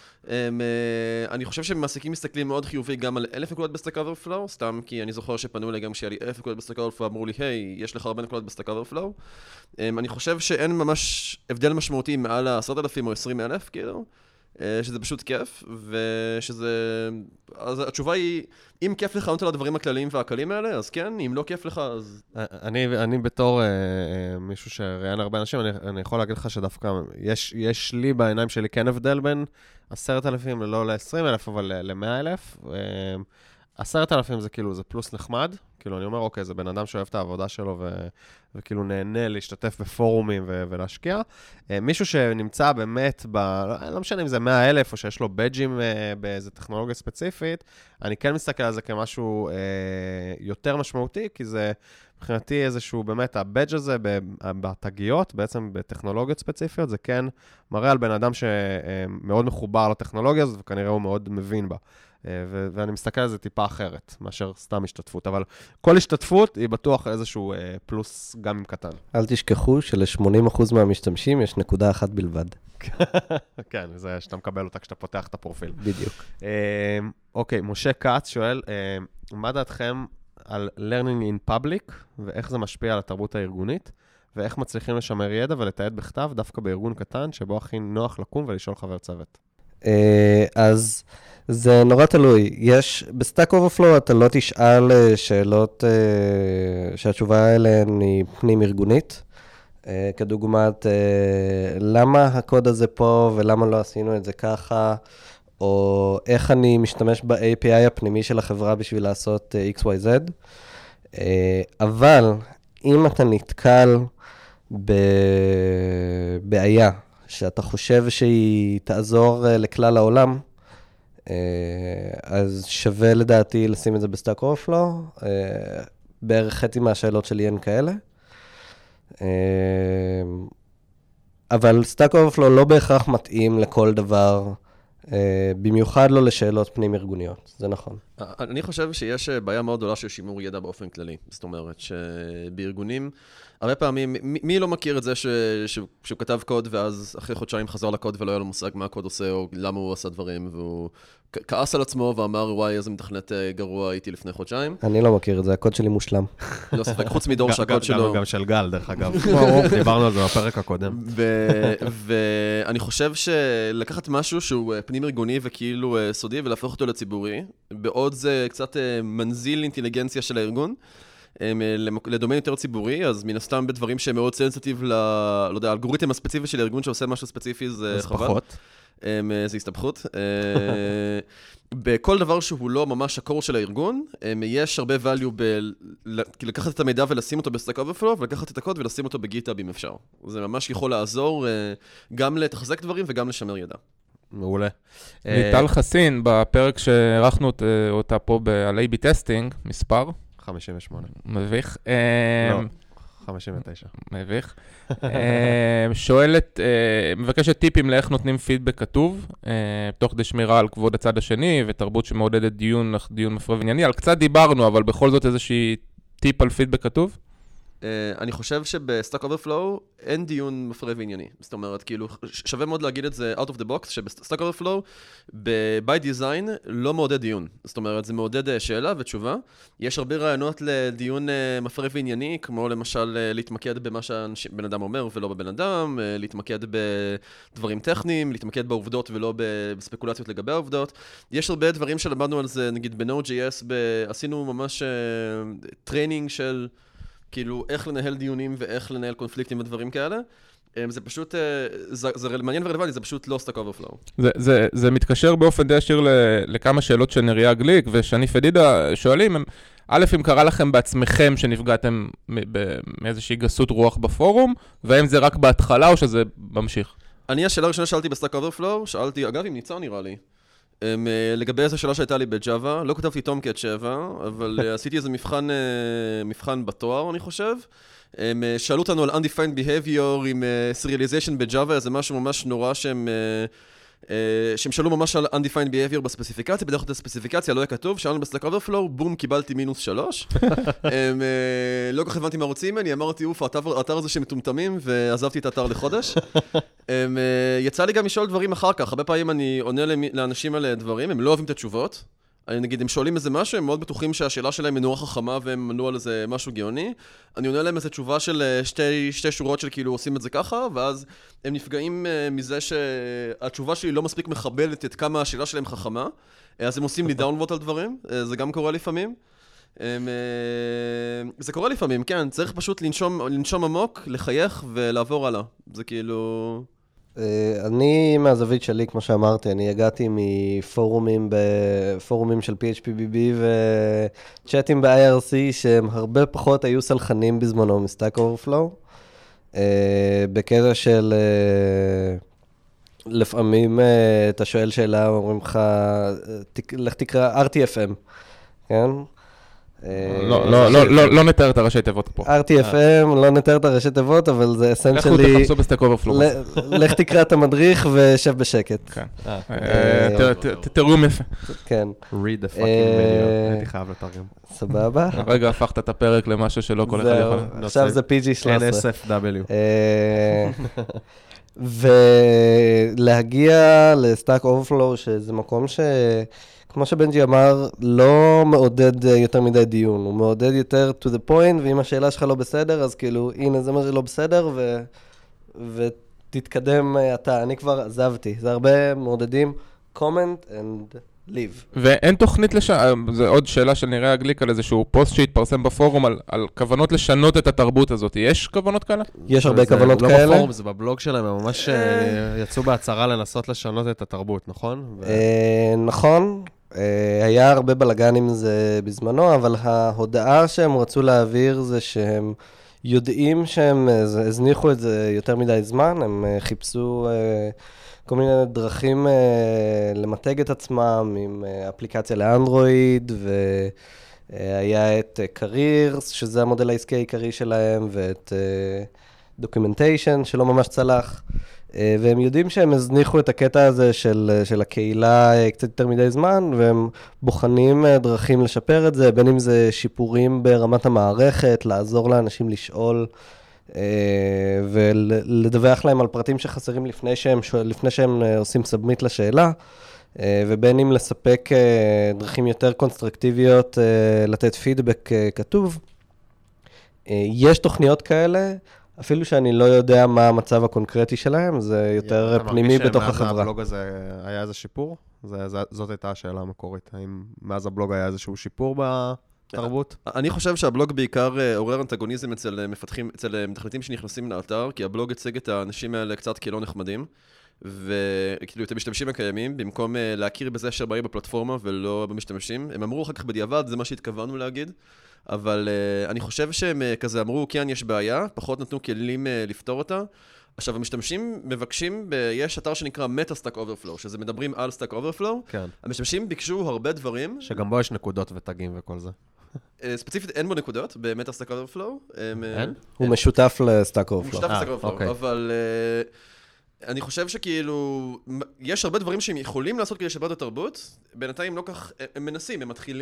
אני חושב שמעסיקים מסתכלים מאוד חיובי גם על 1,000 נקודות בסטאק אוברפלואו, סתם כי אני זוכר שפנו אליי גם כשהיה לי 1,000 נקודות בסטאק אוברפלואו, אמרו לי, היי, יש לך הרבה נקודות בסטאק אוברפלואו. אני חושב שאין ממש הבדל משמעותי מעל 10,000 או 20,000, כאילו, שזה פשוט כיף, ושזה... אז התשובה היא, אם כיף לך לענות על הדברים הכלליים והקלים האלה, אז כן, אם לא כיף לך, אז... אני בתור מישהו שראיין הרבה אנשים, אני יכול להגיד לך שדווקא יש לי בעיניים שלי כן הבדל בין 10,000 לא ל-20,000, אבל ל-100,000. 10,000 זה כאילו, זה פלוס נחמד. כאילו, אני אומר, אוקיי, זה בן אדם שאוהב את העבודה שלו וכאילו נהנה להשתתף בפורומים ולהשקיע. מישהו שנמצא באמת לא משנה אם זה 100,000 או שיש לו בדג'ים באיזו טכנולוגיה ספציפית, אני כן מסתכל על זה כמשהו יותר משמעותי, כי זה מבחינתי איזשהו באמת, הבדג' הזה בתגיות, בעצם בטכנולוגיות ספציפיות, זה כן מראה על בן אדם שמאוד מחובר לטכנולוגיה הזאת, וכנראה הוא מאוד מבין בה. ואני מסתכל על זה טיפה אחרת, מאשר סתם השתתפות, אבל כל השתתפות היא בטוח איזשהו פלוס גם עם קטן. אל תשכחו של-80% מהמשתמשים יש נקודה אחת בלבד. כן, זה שאתה מקבל אותה כשאתה פותח את הפרופיל. בדיוק. אוקיי, משה קאץ שואל, מה דעתכם על learning in public, ואיך זה משפיע על התרבות הארגונית, ואיך מצליחים לשמר ידע ולתעד בכתב, דווקא בארגון קטן, שבו הכי נוח לקום ולשאול חבר צוות? אז זה נורא תלוי. בסטאק אוברפלואו אתה לא תשאל שאלות שהתשובה האלה היא פנים ארגונית, כדוגמת למה הקוד הזה פה ולמה לא עשינו את זה ככה, או איך אני משתמש ב-API הפנימי של החברה בשביל לעשות XYZ. אבל אם אתה נתקל בבעיה שאתה חושב שהיא תעזור לכלל העולם, אז שווה לדעתי לשים את זה בסטאק אוברפלואו. בערך חצי מהשאלות שלי הן כאלה. אבל סטאק אוברפלואו לא בהכרח מתאים לכל דבר, במיוחד לא לשאלות פנים ארגוניות, זה נכון. אני חושב שיש בעיה מאוד גדולה של שימור ידע באופן כללי. זאת אומרת שבארגונים, הרבה פעמים, מי לא מכיר את זה שהוא כתב קוד ואז אחרי חודשיים חזר לקוד ולא היה לו מושג מה הקוד עושה או למה הוא עשה דברים, והוא כעס על עצמו ואמר, וואי, איזה מתכנת גרוע הייתי לפני חודשיים. אני לא מכיר את זה, הקוד שלי מושלם. לא ספק, חוץ מדור שהקוד שלו... גם של גל, דרך אגב. דיברנו על זה בפרק הקודם. ואני חושב שלקחת משהו שהוא פנים ארגוני וכאילו סודי ולהפוך אותו לציבורי, בעוד זה קצת מנזיל אינטליגנציה של הארגון, לדומיין יותר ציבורי, אז מן הסתם בדברים שהם מאוד סנסיטיב לא יודע, האלגוריתם הספציפי של הארגון שעושה משהו ספציפי זה חבל. פחות. זה הסתבכות. בכל דבר שהוא לא ממש הקור של הארגון, יש הרבה value לקחת את המידע ולשים אותו בסטאק אוברפלואו, ולקחת את הקוד ולשים אותו בגיטהאב אם אפשר. זה ממש יכול לעזור גם לתחזק דברים וגם לשמר ידע. מעולה. ליטל חסין, בפרק שערכנו אותה פה על A/B טסטינג, מספר? 58. מביך. לא, 59. מביך. שואלת, מבקשת טיפים לאיך נותנים פידבק כתוב, תוך כדי שמירה על כבוד הצד השני, ותרבות שמעודדת דיון מפרה וענייני. על קצת דיברנו, אבל בכל זאת איזושהי טיפ על פידבק כתוב? אני חושב שבסטאק אוברפלואו אין דיון מפרה וענייני. זאת אומרת, כאילו, שווה מאוד להגיד את זה out of the box, שבסטאק אוברפלואו, by design, לא מעודד דיון. זאת אומרת, זה מעודד שאלה ותשובה. יש הרבה רעיונות לדיון מפרה וענייני, כמו למשל להתמקד במה שבן אדם אומר ולא בבן אדם, להתמקד בדברים טכניים, להתמקד בעובדות ולא בספקולציות לגבי העובדות. יש הרבה דברים שלמדנו על זה, נגיד ב-Node.js, עשינו ממש טריינינג של כאילו איך לנהל דיונים ואיך לנהל קונפליקטים ודברים כאלה. זה פשוט, זה מעניין ורלוונטי, זה פשוט לא Stack Overflow. זה מתקשר באופן די ישיר לכמה שאלות שנריה גליק ושני פדידה שואלים, א', אם קרה לכם בעצמכם שנפגעתם מאיזושהי גסות רוח בפורום, והאם זה רק בהתחלה או שזה ממשיך? השאלה הראשונה שאלתי ב-Stack Overflow, שאלתי, אגב, עם ניצן נראה לי, לגבי איזו שאלה שהייתה לי בג'אווה, לא כתבתי טומקט 7, אבל עשיתי איזה מבחן בתואר, אני חושב. שאלו אותנו על undefined behavior עם serialization בג'אווה, זה משהו ממש נורא שהם שאלו ממש על undefined behavior בספציפיקציה, בדרך כלל הספציפיקציה לא היה כתוב, שאלנו בסלק אוברפלואו, בום, קיבלתי -3. לא כך הבנתי מה רוצים ממני, אמרתי, אוף, האתר הזה שמטומטמים, ועזבתי את האתר לחודש. יצא לי גם לשאול דברים אחר כך, הרבה פעמים אני עונה לאנשים על דברים, הם לא אוהבים את התשובות. נגיד, הם שואלים איזה משהו, הם מאוד בטוחים שהשאלה שלהם היא נורא חכמה, והם ענו על איזה משהו גאוני. אני עונה להם איזו תשובה של שתי שורות של כאילו עושים את זה ככה, ואז הם נפגעים מזה שהתשובה שלי לא מספיק מכבדת את כמה השאלה שלהם חכמה, אז הם עושים לי דאונבוט על דברים, זה גם קורה לפעמים. זה קורה לפעמים, כן, צריך פשוט לנשום עמוק, לחייך ולעבור הלאה. זה כאילו... אני מהזווית שלי, כמו שאמרתי, אני הגעתי מפורומים של PHPBB וצ'אטים ב-IRC שהם הרבה פחות היו סלחנים בזמנו מסטאק אוברפלואו. בקטע של לפעמים אתה שואל שאלה, אומרים לך, לך תקרא RTFM, כן? לא נתאר את הראשי תיבות פה. RTFM, לא נתאר את הראשי תיבות, אבל זה אסנשלי... לכו תחפשו בסטאק אוברפלואו. לך תקרא את המדריך ושב בשקט. תרגום יפה. כן. read the fucking video, הייתי חייב לתרגם. סבבה. הרגע הפכת את הפרק למשהו שלא כל אחד יכול. עכשיו זה PG-13. NSFW. ולהגיע לסטאק אוברפלואו, שזה מקום ש... כמו שבנג'י אמר, לא מעודד יותר מדי דיון, הוא מעודד יותר to the point, ואם השאלה שלך לא בסדר, אז כאילו, הנה זה מה שלא בסדר, ותתקדם אתה. אני כבר עזבתי, זה הרבה מעודדים, comment and leave. ואין תוכנית זו עוד שאלה של נראה גליק על איזשהו פוסט שהתפרסם בפורום על כוונות לשנות את התרבות הזאת. יש כוונות כאלה? יש הרבה כוונות כאלה. לא בפורום, זה בבלוג שלהם, הם ממש יצאו בהצהרה לנסות לשנות את התרבות, נכון? נכון. היה הרבה בלגן עם זה בזמנו, אבל ההודעה שהם רצו להעביר זה שהם יודעים שהם הזניחו את זה יותר מדי זמן, הם חיפשו כל מיני דרכים למתג את עצמם עם אפליקציה לאנדרואיד, והיה את קרירס, שזה המודל העסקי העיקרי שלהם, ואת דוקומנטיישן שלא ממש צלח. והם יודעים שהם הזניחו את הקטע הזה של הקהילה קצת יותר מדי זמן, והם בוחנים דרכים לשפר את זה, בין אם זה שיפורים ברמת המערכת, לעזור לאנשים לשאול, ולדווח להם על פרטים שחסרים לפני שהם עושים סאבמיט לשאלה, ובין אם לספק דרכים יותר קונסטרקטיביות, לתת פידבק כתוב. יש תוכניות כאלה, אפילו שאני לא יודע מה המצב הקונקרטי שלהם, זה יותר פנימי בתוך החברה. אתה מרגיש שמאז הבלוג הזה היה איזה שיפור? זאת הייתה השאלה המקורית. האם מאז הבלוג היה איזשהו שיפור בתרבות? אני חושב שהבלוג בעיקר עורר אנטגוניזם אצל מתכנתים שנכנסים לאתר, כי הבלוג הציג את האנשים האלה קצת כלא נחמדים, וכאילו את המשתמשים הקיימים, במקום להכיר בזה שבאים בפלטפורמה ולא במשתמשים. הם אמרו אחר כך בדיעבד, זה מה שהתכוונו להגיד. אבל אני חושב שהם כזה אמרו, כן, יש בעיה, פחות נתנו כלים לפתור אותה. עכשיו, המשתמשים מבקשים, יש אתר שנקרא Meta-Stack Overflow, שזה מדברים על Stack Overflow. כן. המשתמשים ביקשו הרבה דברים. שגם בו יש נקודות ותגים וכל זה. ספציפית, אין בו נקודות ב-Meta-Stack Overflow. אין? הוא משותף ל-Stack Overflow. הוא משותף ל-Stack Overflow, אבל... אני חושב שכאילו, יש הרבה דברים שהם יכולים לעשות כדי לשפר את התרבות, בינתיים לא כך, הם מנסים, הם מתחילים,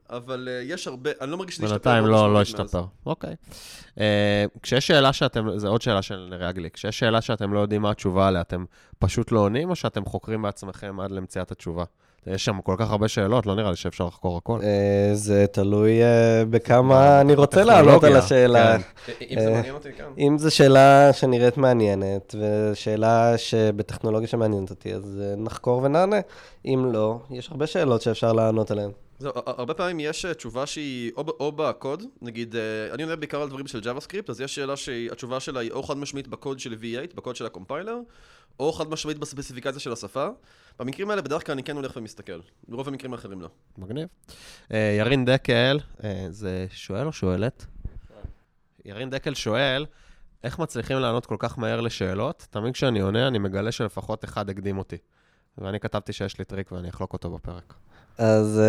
אבל יש הרבה, אני לא מרגיש שזה השתפר. בינתיים לא השתפר. אוקיי. כשיש שאלה שאתם, זו עוד שאלה של ריאגלי, כשיש שאלה שאתם לא יודעים מה התשובה עליה, אתם פשוט לא עונים, או שאתם חוקרים בעצמכם עד למציאת התשובה? יש שם כל כך הרבה שאלות, לא נראה לי שאפשר לחקור הכל. זה תלוי בכמה אני רוצה לענות על השאלה. אם זה מעניין אותי, כן. אם זו שאלה שנראית מעניינת, ושאלה שבטכנולוגיה שמעניינת אותי, אז נחקור ונענה. אם לא, יש הרבה שאלות שאפשר לענות עליהן. זהו, הרבה פעמים יש תשובה שהיא או בקוד, נגיד, אני עונה בעיקר על דברים של JavaScript, אז יש שאלה שהתשובה שלה היא או חד משמעית בקוד של V8, בקוד של הקומפיילר, או חד משמעית בספציפיקציה של השפה. במקרים האלה בדרך כלל אני כן הולך ומסתכל, ברוב המקרים האחרים לא. מגניב. ירין דקל, זה שואל או שואלת? ירין דקל שואל, איך מצליחים לענות כל כך מהר לשאלות? תמיד כשאני עונה, אני מגלה שלפחות אחד הקדים אותי. ואני כתבתי שיש לי טריק ואני אחלוק אותו בפרק. אז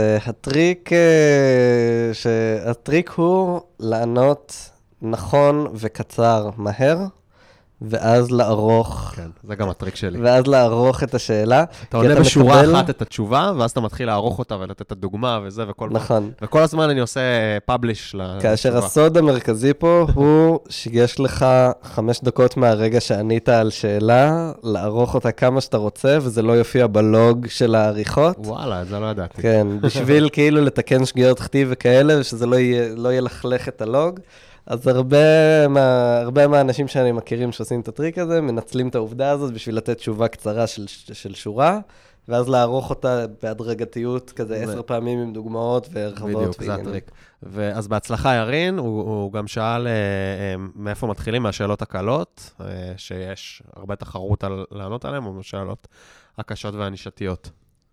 הטריק הוא לענות נכון וקצר מהר, ואז לערוך. כן, זה גם הטריק שלי. ואז לערוך את השאלה. אתה עונה בשורה אחת את התשובה, ואז אתה מתחיל לערוך אותה ולתת את הדוגמה וזה וכל נכון. וכל הזמן אני עושה פאבליש לתשובה. כאשר הסוד המרכזי פה הוא שיש לך 5 דקות מהרגע שענית על שאלה, לערוך אותה כמה שאתה רוצה, וזה לא יופיע בלוג של העריכות. וואלה, זה לא ידעתי. כן, בשביל כאילו לתקן שגיאות כתיב וכאלה, ושזה לא ילכלך את הלוג. אז הרבה מהאנשים שאני מכירים שעושים את הטריק הזה, מנצלים את העובדה הזאת בשביל לתת תשובה קצרה של שורה, ואז לערוך אותה בהדרגתיות כזה 10 פעמים עם דוגמאות והרחבות. בדיוק, זה הטריק. אז בהצלחה ירין, הוא גם שאל מאיפה מתחילים, מהשאלות הקלות, שיש הרבה תחרות על לענות עליהן, או מהשאלות הקשות והנישתיות.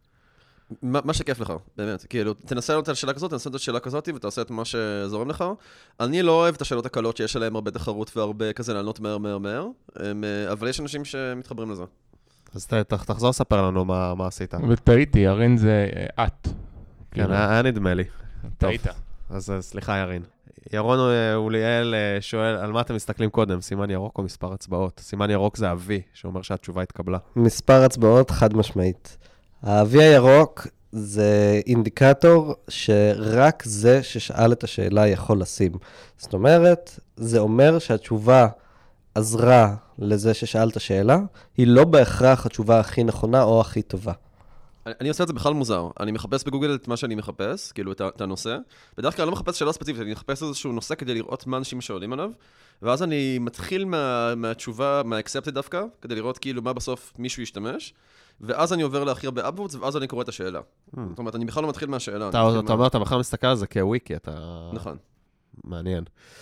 מה שכיף לך, באמת. כאילו, תנסה לענות על שאלה כזאת, תנסה את השאלה כזאת, ותעשה את מה שזורם לך. אני לא אוהב את השאלות הקלות שיש עליהן הרבה תחרות והרבה כזה לענות מהר, אבל יש אנשים שמתחברים לזה. אז תחזור לספר לנו מה עשית. וטעיתי, ירין זה את. כן, היה נדמה לי. טעית. אז סליחה ירין. ירון אוליאל שואל, על מה אתם מסתכלים קודם? סימן ירוק או מספר הצבעות? סימן ירוק זה ה-V, שאומר שהתשובה התקבלה. מספר הצבעות חד משמעית. ה-V הירוק זה אינדיקטור שרק זה ששאל את השאלה יכול לשים. זאת אומרת, זה אומר שהתשובה עזרה לזה ששאל את השאלה, היא לא בהכרח התשובה הכי נכונה או הכי טובה. אני עושה את זה בכלל מוזר. אני מחפש בגוגל את מה שאני מחפש, כאילו את הנושא. בדרך כלל אני לא מחפש שאלה ספציפית, אני מחפש איזשהו נושא כדי לראות מה אנשים שואלים עליו, ואז אני מתחיל מהתשובה, מה-accepted דווקא, כדי לראות כאילו מה בסוף מישהו ישתמש, ואז אני עובר להכי הרבה upvotes, ואז אני קורא את השאלה. זאת אומרת, אני בכלל לא מתחיל מהשאלה. אתה אומר, אתה בכלל מסתכל על זה כוויקי, אתה... נכון. מעניין.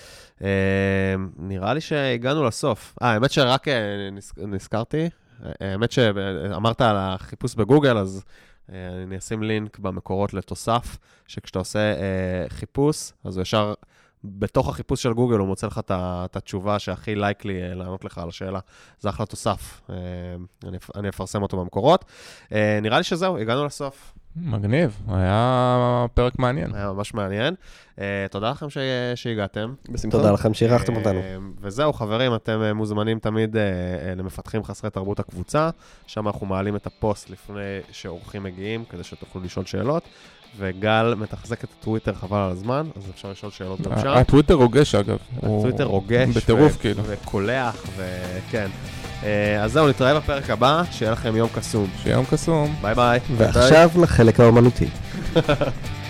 נראה לי שהגענו לסוף. האמת שרק נזכרתי, האמת שאמרת על החיפוש בגוגל, אז אני אשים לינק במקורות לתוסף, שכשאתה עושה חיפוש, אז הוא ישר, בתוך החיפוש של גוגל, הוא מוצא לך את התשובה שהכי לייקלי לענות לך על השאלה. זה אחלה תוסף. אני אפרסם אותו במקורות. נראה לי שזהו, הגענו לסוף. מגניב, היה פרק מעניין. היה ממש מעניין. תודה לכם שהגעתם. תודה לכם שאירחתם אותנו. וזהו, חברים, אתם מוזמנים תמיד למפתחים חסרי תרבות הקבוצה, שם אנחנו מעלים את הפוסט לפני שאורחים מגיעים, כדי שתוכלו לשאול שאלות, וגל מתחזק את הטוויטר חבל על הזמן, אז אפשר לשאול שאלות גם שם. הטוויטר רוגש אגב. הטוויטר רוגש. בטירוף כאילו. וקולח, וכן. אז זהו, נתראה בפרק הבא, שיהיה לכם יום קסום. שיהיה יום קסום. ביי ביי. ועכשיו לחלק האומנותי.